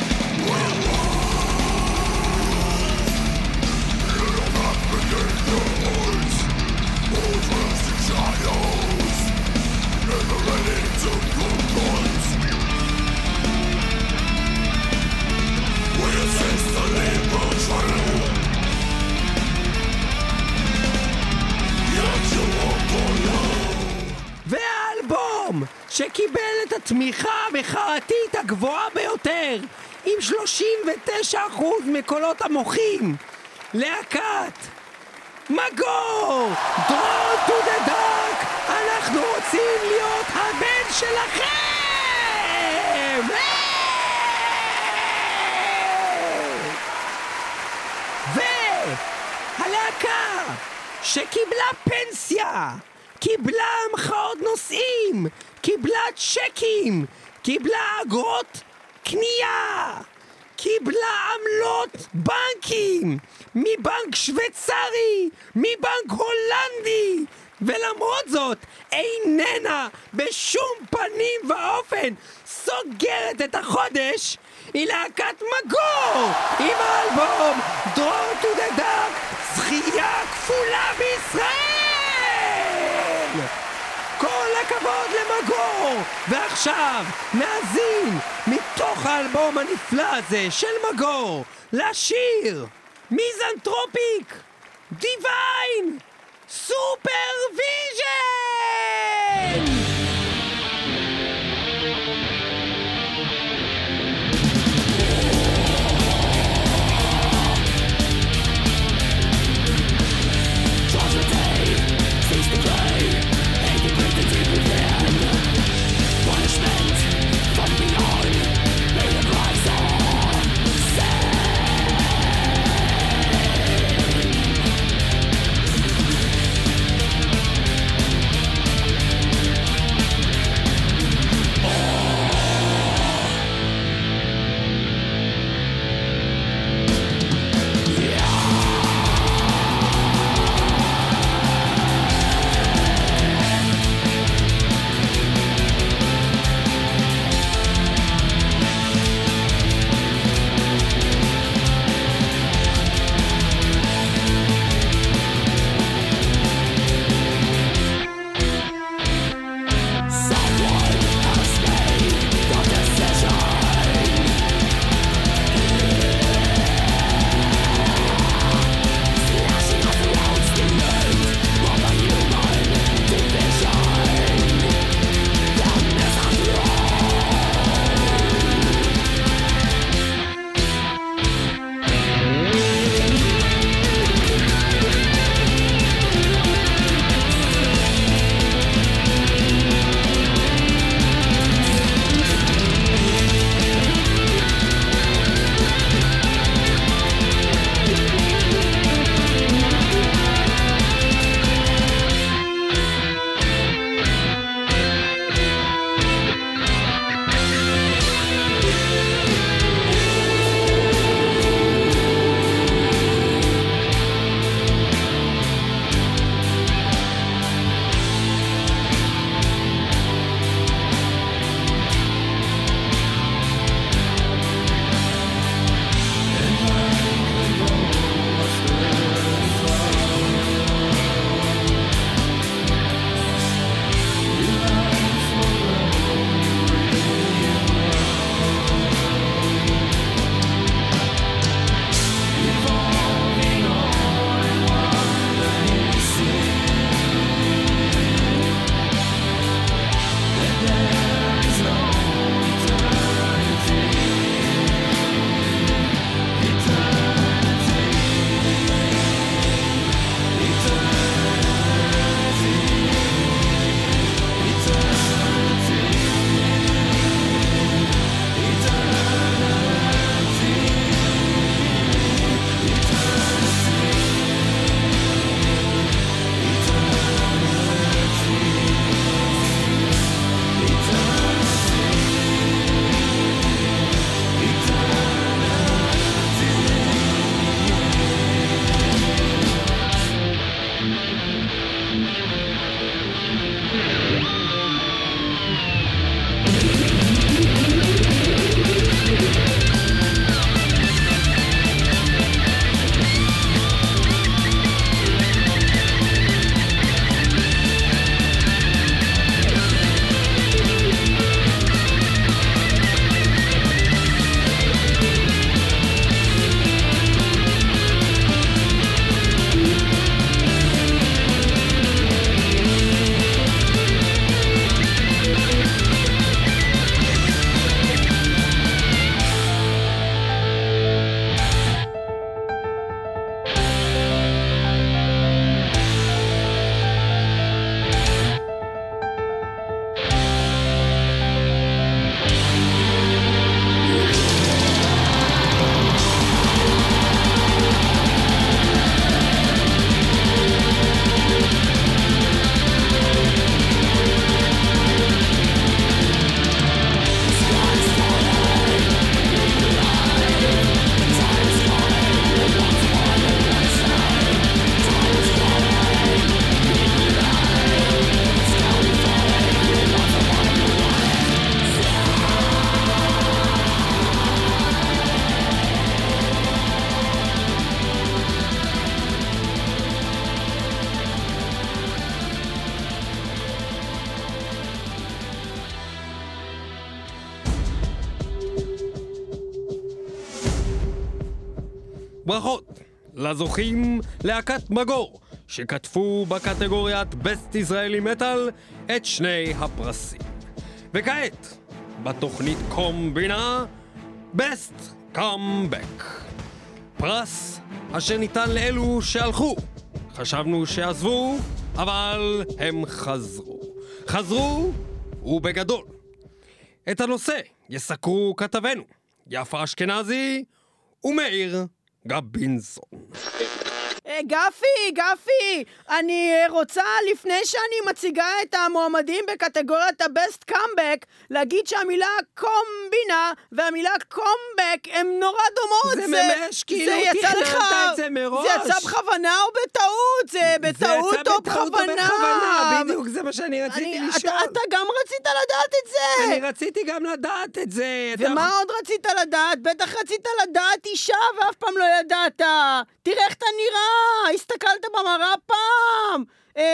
והאלבום שקיבל את התמיכה המחאתית הגבוהה ביותר עם 39% מקולות המוחים, להקת מגור, Drawn to the Dark. אנחנו רוצים להיות הבן שלכם. והלהקה שקיבלה פנסיה, קיבלה המחאות נוסעים, קיבלה צ'קים, קיבלה אגרות קנייה, קיבלה עמלות בנקים, מבנק שוויצרי, מבנק הולנדי, ולמרות זאת איננה בשום פנים ואופן סוגרת את החודש, היא להקת מגור עם האלבום Drawn to the Dark, זכייה כפולה בישראל. כל הכבוד למגור. ועכשיו נאזין מתוך האלבום הנפלא הזה של מגור לשיר מיזנטרופיק דיוויין סופרוויז'ן. ברכות לזוכים להקת מגור, שכתבו בקטגוריית Best Israeli Metal את שני הפרסים. וכעת, בתוכנית קומבינה, Best Comeback. פרס אשר ניתן לאלו שהלכו. חשבנו שעזבו, אבל הם חזרו. חזרו ובגדול. את הנושא יסקרו כתבנו יפה אשכנזי ומאיר גבינסון. גפי, אני רוצה לפני שאני מציגה את המועמדים בקטגוריית ה-Best Comeback להגיד שהמילה קומבינה והמילה קומבק הם נורא דומות. זה ממש כאילו תכננת את זה מראש. זה יצא בכוונה או בטעות? זה בטעות או בכוונה? בדיוק זה מה שאני רציתי לשאול. אתה גם רצית לדעת את זה. אני רציתי גם לדעת את זה. ומה עוד רצית לדעת? בטח רצית לדעת אישה ואף פעם לא ידעת. תראה איך אתה נראה, הסתכלת במראה פעם.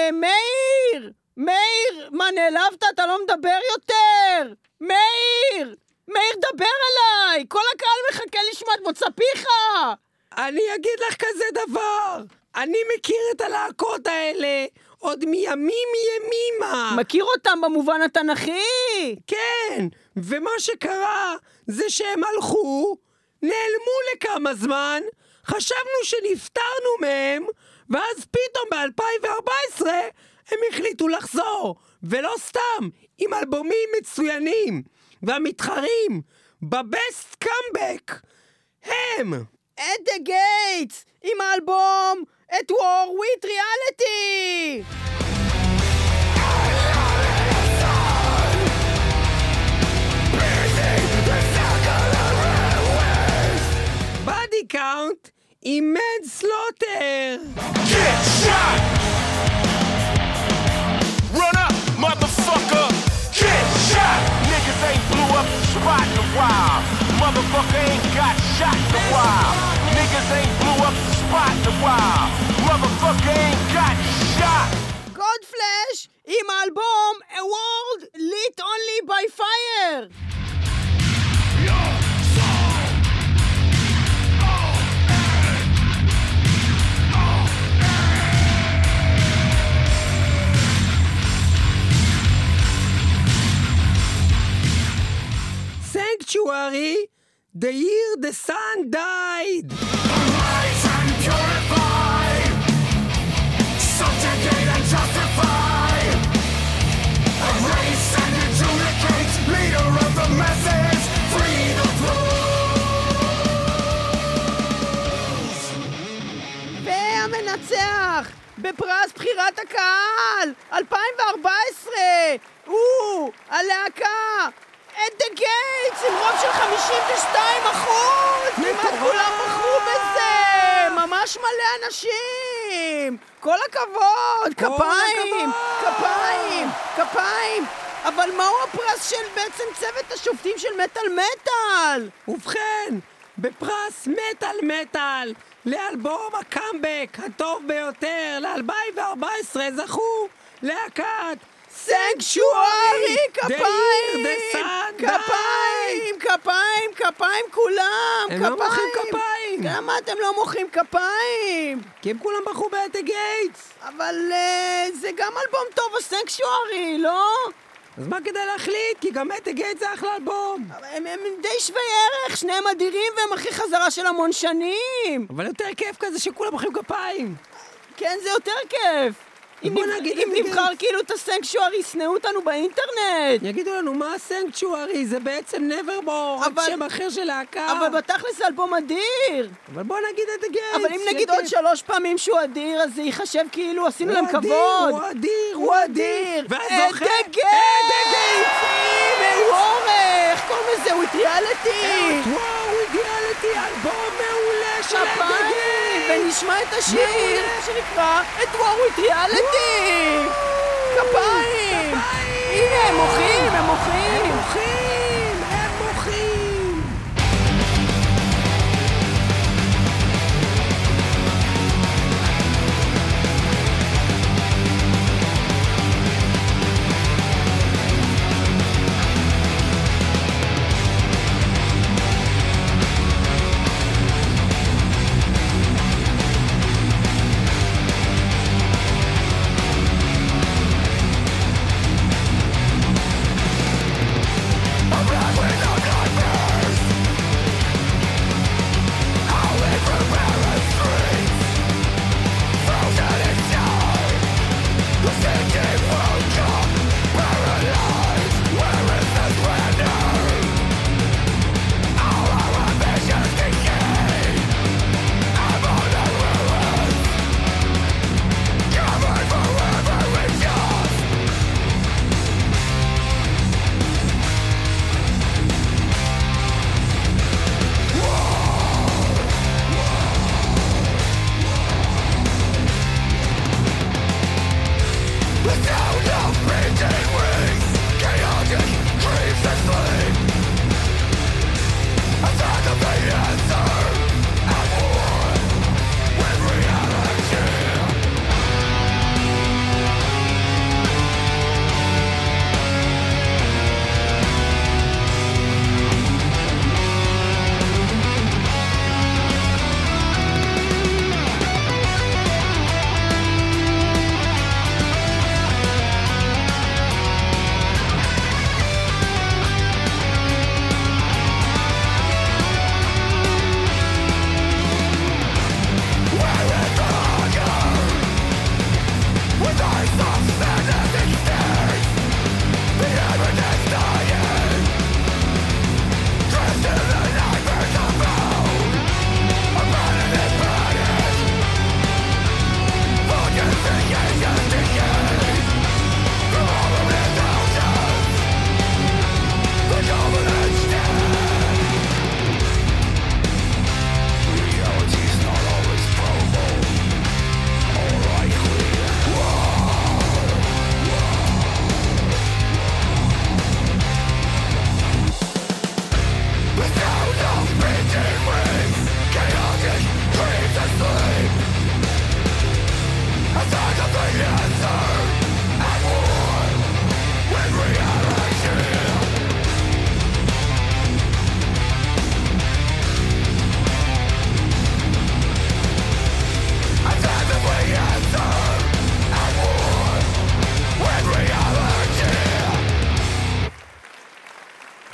מאיר, מה נעלבת? אתה לא מדבר יותר. מאיר, דבר עליי. כל הקהל מחכה לשמוע את מוצא פיך. אני אגיד לך כזה דבר. אני מכיר את הלהקות האלה עוד מימים ימימה. מכיר אותם במובן התנ"כי? כן, ומה שקרה זה שהם הלכו, נעלמו לכמה זמן, חשבנו שנפטרנו מהם, ואז פתאום ב-2014 הם החליטו לחזור, ולא סתם, עם אלבומים מצוינים, והמתחרים בבסט קאמבק הם את The Gates עם האלבום את War with Reality. Body Count עם Manslaughter. Get shot! Run up, motherfucker! Get shot! Niggas ain't blew up the spot in a while. Motherfucker ain't got shot in a while. Niggas ain't blew up the spot in a while. Motherfucker ain't got shot. Godflesh עם האלבום A World Lit Only by Fire. Sanctuary, the year the sun died. Arise and purify. Subjugate and justify. Erase and adjudicate. Leader of the masses. Free the fools. והמנצח בפרס בחירת הקהל 2014 הוא הלהקה את The Gates עם רוב של 52%. כמעט כולם בחרו בזה. ממש מלא אנשים. כל הכבוד. כפיים. אבל מהו הפרס של בעצם צוות השופטים של מטל? ובכן, בפרס מטל לאלבום הקאמבק הטוב ביותר ל-2014 זכו להקת סנקשוארי. כפיים כולם. הם לא מוחאים כפיים. למה אתם לא מוחאים כפיים? כי הם כולם בחרו ב-The Gates. אבל זה גם אלבום טוב הסנקשוארי, לא? אז מה כדאי להחליט? כי גם The Gates זה אחלה אלבום. הם די שווי ערך, שניהם אדירים והם הכי חזרה של המון שנים. אבל יותר כיף כזה שכולם מוחאים כפיים. כן, זה יותר כיף. אם נבחר כאילו את הסנקשוארי, ישנאו אותנו באינטרנט. יגידו לנו מה הסנקשוארי, זה בעצם Nevermore, רק שם אחר של להקה. אבל בתכלס זה אלבום אדיר. אבל בוא נגיד את The Gates. אבל אם נגיד עוד 3 פעמים שהוא אדיר, אז זה ייחשב כאילו עשינו להם כבוד. הוא אדיר. את The Gates עם איך קוראים לזה? With Reality. With Reality, אלבום מעולה של The Gates. ונשמע את השיר שנקרא את War with Reality. כפיים. הנה, הם מוחים.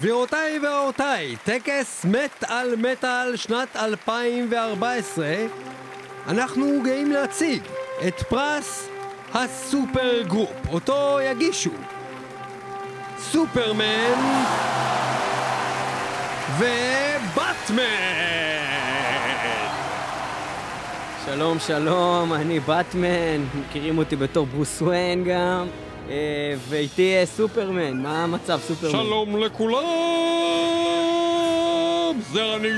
גבירותיי ורבותיי, טקס מת על מטל שנת 2014, אנחנו גאים להציג את פרס הסופר גרופ, אותו יגישו סופרמן ובטמן. שלום שלום, אני בטמן, מכירים אותי בתור ברוס וויין גם, ואיתי סופרמן. מה המצב סופרמן? שלום לכולם, זה אני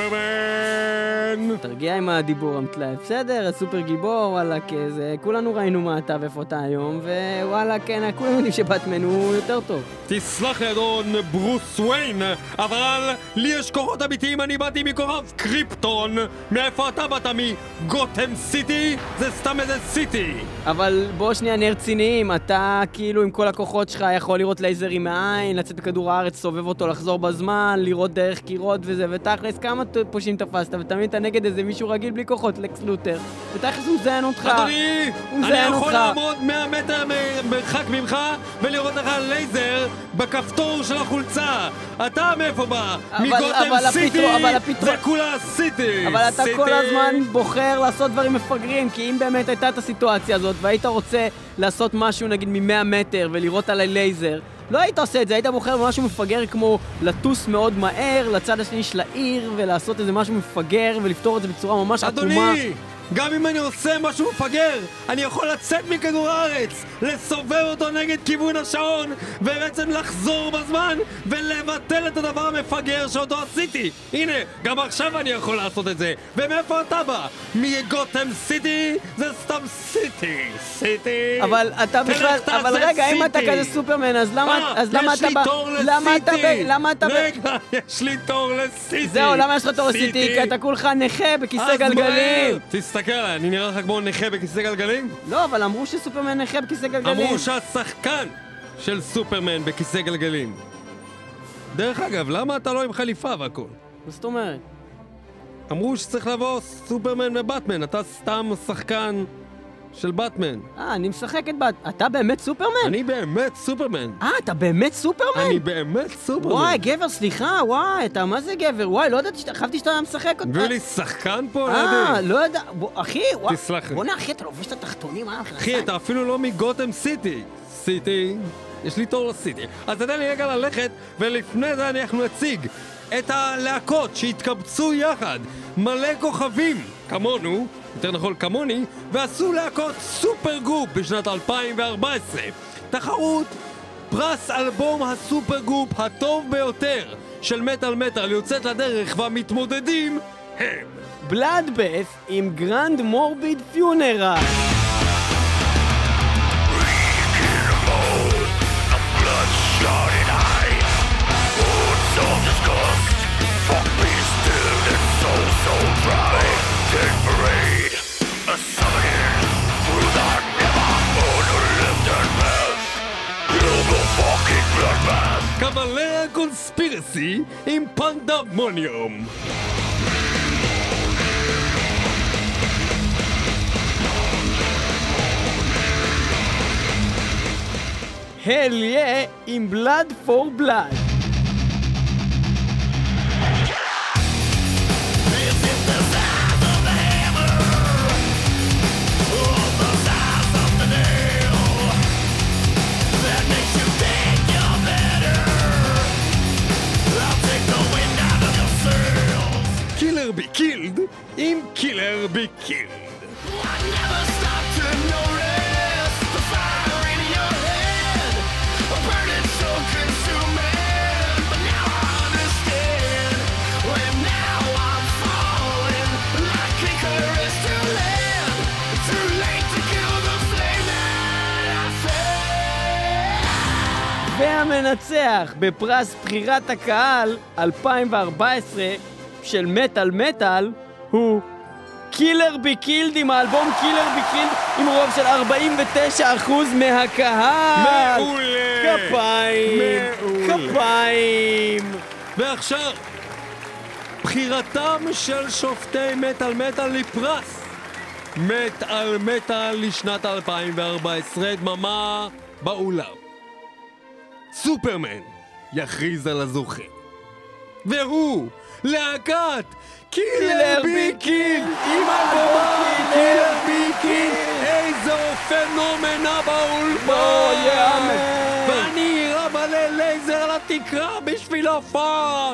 סופרמן. תרגיע עם הדיבור המתלהב, בסדר, הסופר גיבור, וואלה כזה, כולנו ראינו מה אתה ואיפה אתה היום, ווואלה כן, כולנו יודעים שבטמן הוא יותר טוב. תסלח לי אדון ברוס וויין, אבל לי יש כוחות אמיתיים, אני באתי מכוכב קריפטון. מאיפה אתה באת? מגותם סיטי? זה סתם איזה סיטי. אבל בוא שנייה נהיה רציניים, אתה כאילו עם כל הכוחות שלך יכול לראות לייזרים מהעין, לצאת בכדור הארץ, סובב אותו, לחזור בזמן, לראות דרך קירות וזה, ותכלס כמה פושעים תפסת, ותמיד אתה נגד איזה מישהו רגיל בלי כוחות, לקס לותר, ותכלס הוא מזיין אותך. אדוני, אני יכול לעמוד 100 מטר מרחק ממך ולראות לך לייזר בכפתור של החולצה. אתה מאיפה בא? מגותם סיטי? זה כולה סיטי. אבל אתה כל הזמן בוחר לעשות דברים מפגרים, כי אם באמת הייתה את הסיטואציה הזאת והיית רוצה לעשות משהו נגיד מ-100 מטר ולראות עליי לייזר, לא היית עושה את זה, היית בוחר משהו מפגר כמו לטוס מאוד מהר לצד השני של העיר ולעשות איזה משהו מפגר ולפתור את זה בצורה ממש עקומה. אדוני, גם אם אני עושה משהו מפגר, אני יכול לצאת מכדור הארץ, לסובב אותו נגד כיוון השעון, ובעצם לחזור בזמן ולבטל את הדבר המפגר שאותו עשיתי. הנה, גם עכשיו אני יכול לעשות את זה. ומאיפה אתה בא? מגותם סיטי? זה סתם סיטי. סיטי. אבל אתה בכלל, אבל רגע, אם אתה כזה סופרמן, אז למה אתה בא? למה אתה בא? רגע, יש לי תור לסיטי. זהו, למה יש לך תור לסיטי? כי אתה כולך נכה בכיסא גלגלים. תסתכל עליי, אני נראה לך כמו נכה בכיסא גלגלים? לא, אבל אמרו שסופרמן נכה בכיסא גלגלים. אמרו שהשחקן של סופרמן בכיסא גלגלים. דרך אגב, למה אתה לא עם חליפה והכל? מה זאת אומרת? אמרו שצריך לבוא סופרמן ובטמן, אתה סתם שחקן של בטמן. אני משחק את בטמן. אתה באמת סופרמן? אני באמת סופרמן. אתה באמת סופרמן? אני באמת סופרמן. וואי, גבר, סליחה, וואי, אתה מה זה גבר? וואי, לא ידעתי, חשבתי שאתה משחק אותה. הביא לי שחקן פה, לידי. לא יודע, אחי, וואי. תסלח לי. בוא'נה, אחי, אתה לובש את התחתונים, אחי, אתה אפילו לא מגותם סיטי. סיטי, יש לי תור לסיטי. אז תתן לי רגע ללכת, ולפני זה אנחנו נציג את הלהקות שהתקבצו יחד. מלא כוכבים, כמונו, יותר נכון כמוני, ועשו להקות סופר גרופ בשנת 2014. תחרות פרס אלבום הסופר גרופ הטוב ביותר של מטל מטל יוצאת לדרך, והמתמודדים הם בלאדבאת' עם גרנד מורביד פיונרל. קבלר הקונספירסי עם פנדמוניום. הל יא עם בלאד פור בלאד. קילר בי קילד עם קילר בי קילד. והמנצח בפרס בחירת הקהל 2014 של מטל מטל הוא קילר בי קילד עם האלבום קילר בי קילד עם רוב של 49% מהקהל. מעולה! כפיים! כפיים! ועכשיו, בחירתם של שופטי מטל מטל לפרס מטל מטל לשנת 2014, דממה באולם. סופרמן יכריז על הזוכה. והוא להקת קילר בי קיל עם אלבום קילר בי קיל. איזו פנומנה באולפן, ואני רב עלי לייזר על התקרה בשביל הפאן.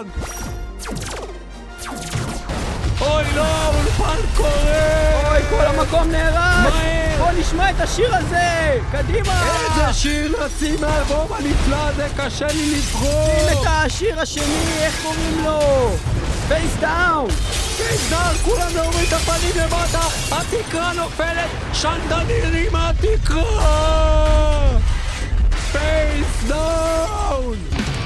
אוי לא, האולפן קורא. אוי, כל המקום נהרס. מהר. בוא נשמע את השיר הזה, קדימה. איזה שיר נוציא מהאלבום הנפלא הזה, קשה לי לבחור. שים את השיר השני, איך קוראים לו? פייס דאון. פייס דאון, כולם להוריד את הפנים למטה, התקרה נופלת, שנדנירים התקרה. פייס דאון.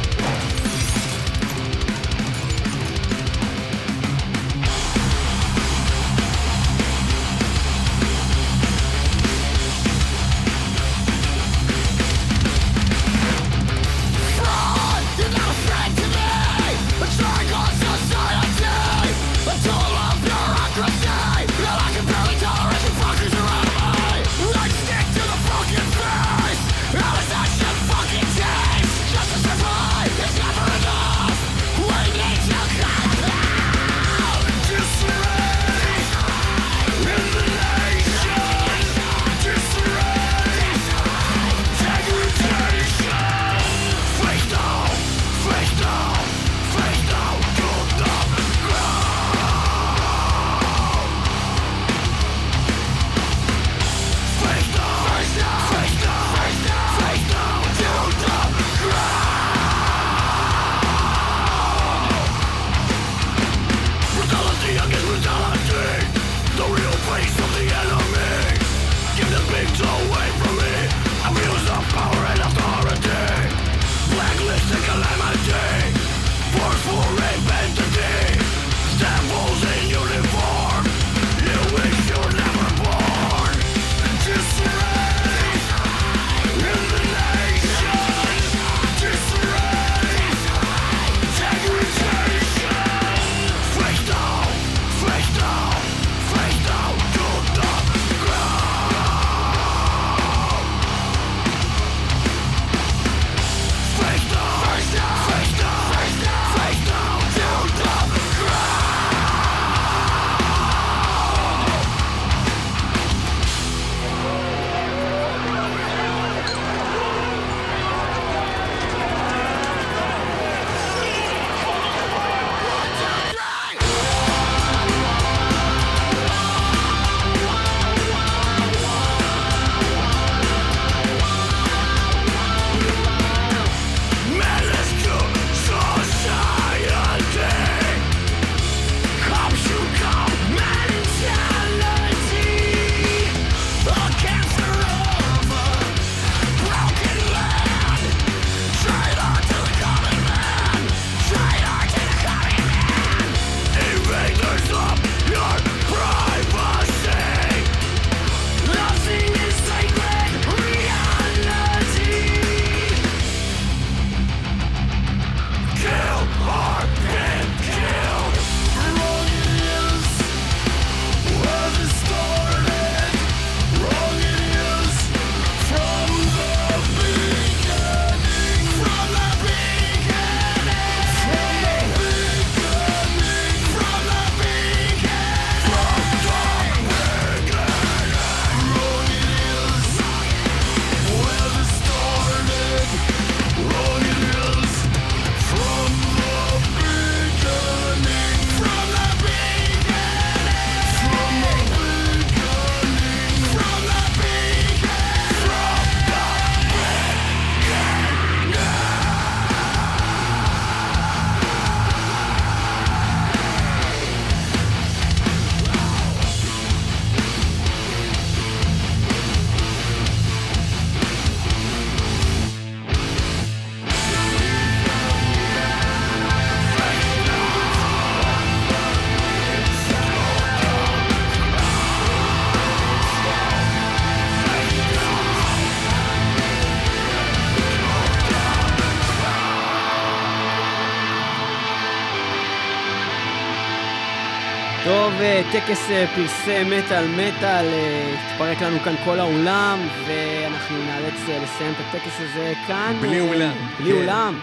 טוב, טקס פרסי מטל, התפרק לנו כאן כל האולם, ואנחנו נאלץ לסיים את הטקס הזה כאן. בלי אולם. בלי אולם.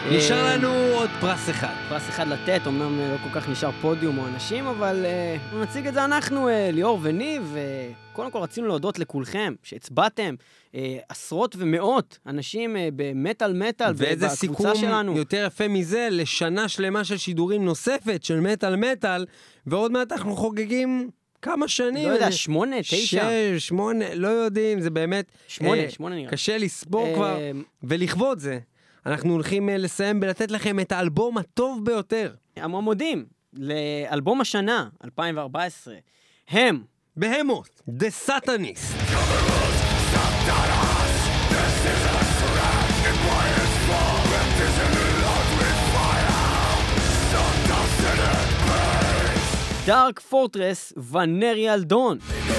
נשאר לנו עוד פרס אחד. פרס אחד לתת, אמנם לא כל כך נשאר פודיום או אנשים, אבל נציג את זה אנחנו, ליאור וניב, קודם כל רצינו להודות לכולכם שהצבעתם, עשרות ומאות אנשים במטל מטל ואיזה בקבוצה שלנו. סיכום יותר יפה מזה לשנה שלמה של שידורים נוספת של מטל מטל, ועוד מעט אנחנו חוגגים כמה שנים. לא יודע, 8, 9. 6, 8, לא יודעים, זה באמת 8 נראה. קשה לספור כבר, ולכבוד זה. אנחנו הולכים לסיים בלתת לכם את האלבום הטוב ביותר. המועמדים לאלבום השנה, 2014, הם בהמות, The Satanist. Dark Fortress, Venereal Dawn.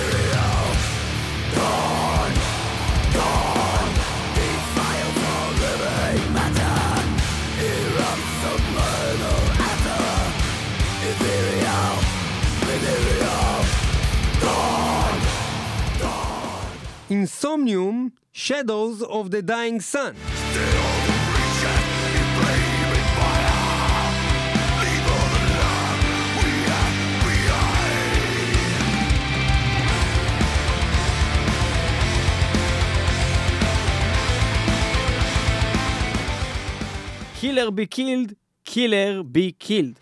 Insomnium, Shadows of the Dying Sun. Killer Be Killed, Killer Be Killed.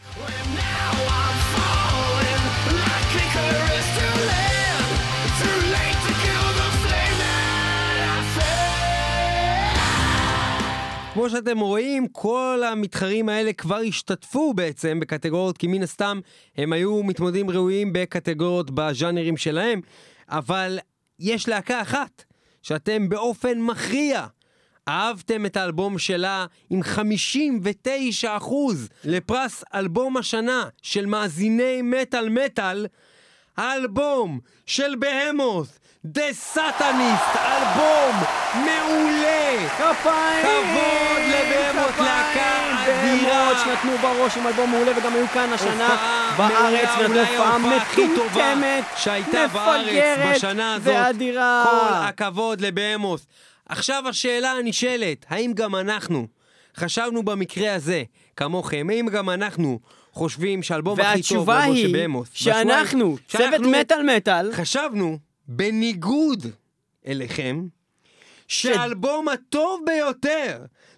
כמו שאתם רואים, כל המתחרים האלה כבר השתתפו בעצם בקטגוריות, כי מן הסתם הם היו מתמודדים ראויים בקטגוריות בז'אנרים שלהם, אבל יש להקה אחת שאתם באופן מכריע אהבתם את האלבום שלה עם 59% לפרס אלבום השנה של מאזיני מטל מטל, האלבום של בהמות, The Satanist, אלבום מעולה. כפיים! כבוד לבהמות, להקה אדירה. בהמות שנתנו בראש עם אלבום מעולה, וגם היו כאן השנה בארץ, ונתנו הופעה מטומטמת, שהייתה בארץ בשנה הזאת. ואדירה. כל הכבוד לבהמות. עכשיו השאלה הנשאלת, האם גם אנחנו חשבנו במקרה הזה, כמוכם, האם גם אנחנו חושבים שהאלבום הכי טוב הוא אלבום של בהמות? והתשובה היא שאנחנו, צוות מטל מטל, חשבנו, בניגוד אליכם, שהאלבום הטוב ביותר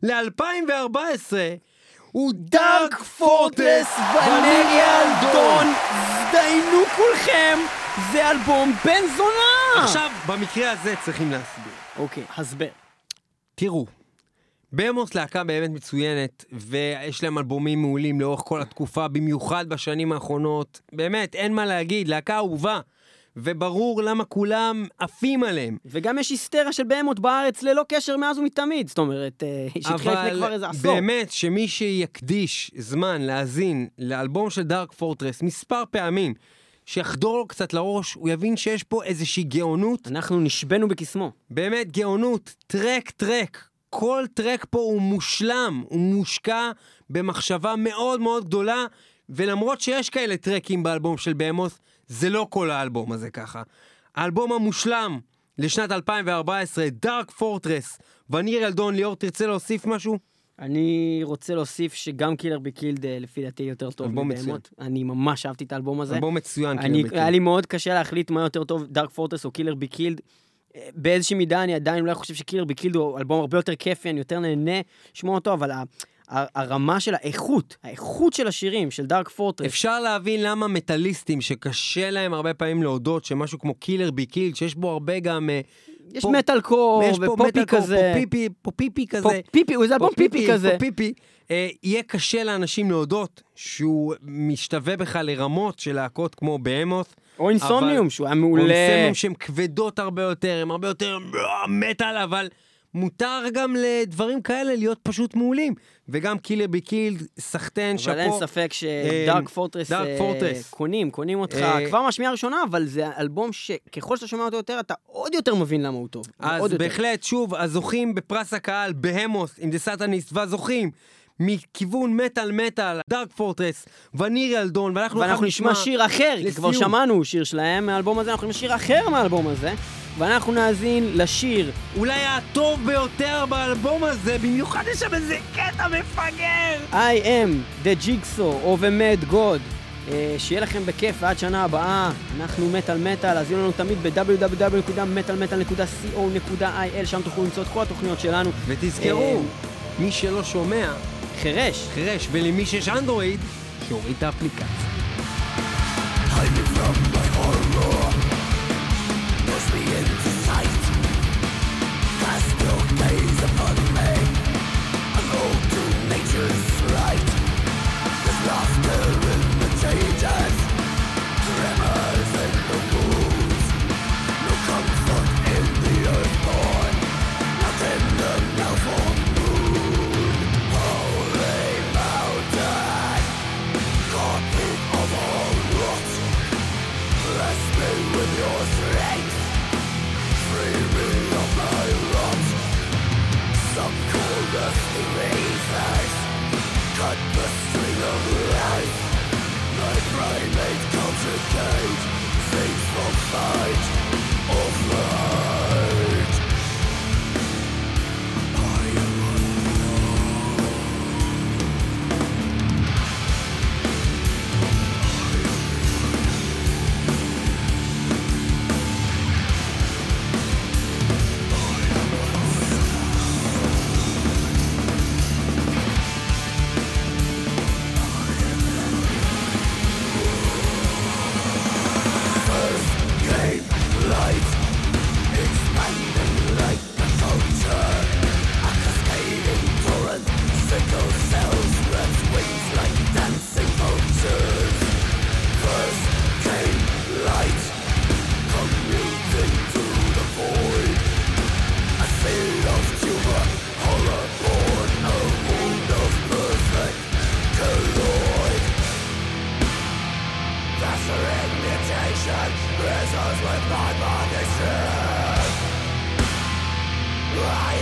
ל-2014 הוא Dark Fortress Venereal Dawn. דיינו כולכם, זה אלבום בן זונה. עכשיו, במקרה הזה צריכים להסביר. אוקיי, הסבר. תראו, בהמות להקה באמת מצוינת, ויש להם אלבומים מעולים לאורך כל התקופה, במיוחד בשנים האחרונות. באמת, אין מה להגיד, להקה אהובה. וברור למה כולם עפים עליהם. וגם יש היסטריה של בהמות בארץ ללא קשר מאז ומתמיד. זאת אומרת, שהתחיל לפני כבר איזה עשור. אבל באמת שמי שיקדיש זמן להאזין לאלבום של דארק פורטרס מספר פעמים, שיחדור לו קצת לראש, הוא יבין שיש פה איזושהי גאונות. אנחנו נשבנו בקסמו. באמת גאונות, טרק. כל טרק פה הוא מושלם, הוא מושקע במחשבה מאוד מאוד גדולה, ולמרות שיש כאלה טרקים באלבום של בהמות, זה לא כל האלבום הזה ככה. האלבום המושלם לשנת 2014, דארק פורטרס, Venereal Dawn. ליאור, תרצה להוסיף משהו? אני רוצה להוסיף שגם קילר בי קילד לפי דעתי יותר טוב מבהמות. אני ממש אהבתי את האלבום הזה. אלבום מצוין, קילר בי קילד. היה לי מאוד קשה להחליט מה יותר טוב, דארק פורטרס או קילר בי קילד. באיזושהי מידה אני עדיין אולי חושב שקילר בי קילד הוא אלבום הרבה יותר כיפי, אני יותר נהנה לשמוע אותו, אבל הרמה של האיכות של השירים, של דארק פורטרס. אפשר להבין למה מטליסטים שקשה להם הרבה פעמים להודות שמשהו כמו קילר בי קילד, שיש בו הרבה גם... יש מטל קור ופופי כזה. פופיפי כזה. פופיפי, הוא זה אלבום פיפי כזה. פופיפי. יהיה קשה לאנשים להודות שהוא משתווה בכלל לרמות של להקות כמו בהמות. או אינסומניום, שהוא היה מעולה. או אינסומניום שהן כבדות הרבה יותר, הם הרבה יותר מטל, אבל... מותר גם לדברים כאלה להיות פשוט מעולים. וגם קילר בי קילד, סחטן, שפו. אבל אין ספק שדארק פורטרס קונים אותך כבר מהשמיעה הראשונה, אבל זה אלבום שככל שאתה שומע אותו יותר, אתה עוד יותר מבין למה הוא טוב. אז בהחלט, שוב, הזוכים בפרס הקהל, בהמות, עם דה סאטניסט, והזוכים מכיוון מטל, דארק פורטרס, Venereal Dawn, ואנחנו נשמע שיר אחר, כי כבר שמענו שיר שלהם מהאלבום הזה, אנחנו נשמע שיר אחר מהאלבום הזה. ואנחנו נאזין לשיר אולי הטוב ביותר באלבום הזה, במיוחד יש שם איזה קטע מפגר. I am the Jigsaw of a Mad God. שיהיה לכם בכיף ועד שנה הבאה. אנחנו מטל, אז יהיו לנו תמיד ב-www.metalmetal.co.il, שם תוכלו למצוא את כל התוכניות שלנו. ותזכרו, מי שלא שומע חרש, ולמי שיש אנדרואיד שיוריד את האפליקציה. With my body strength,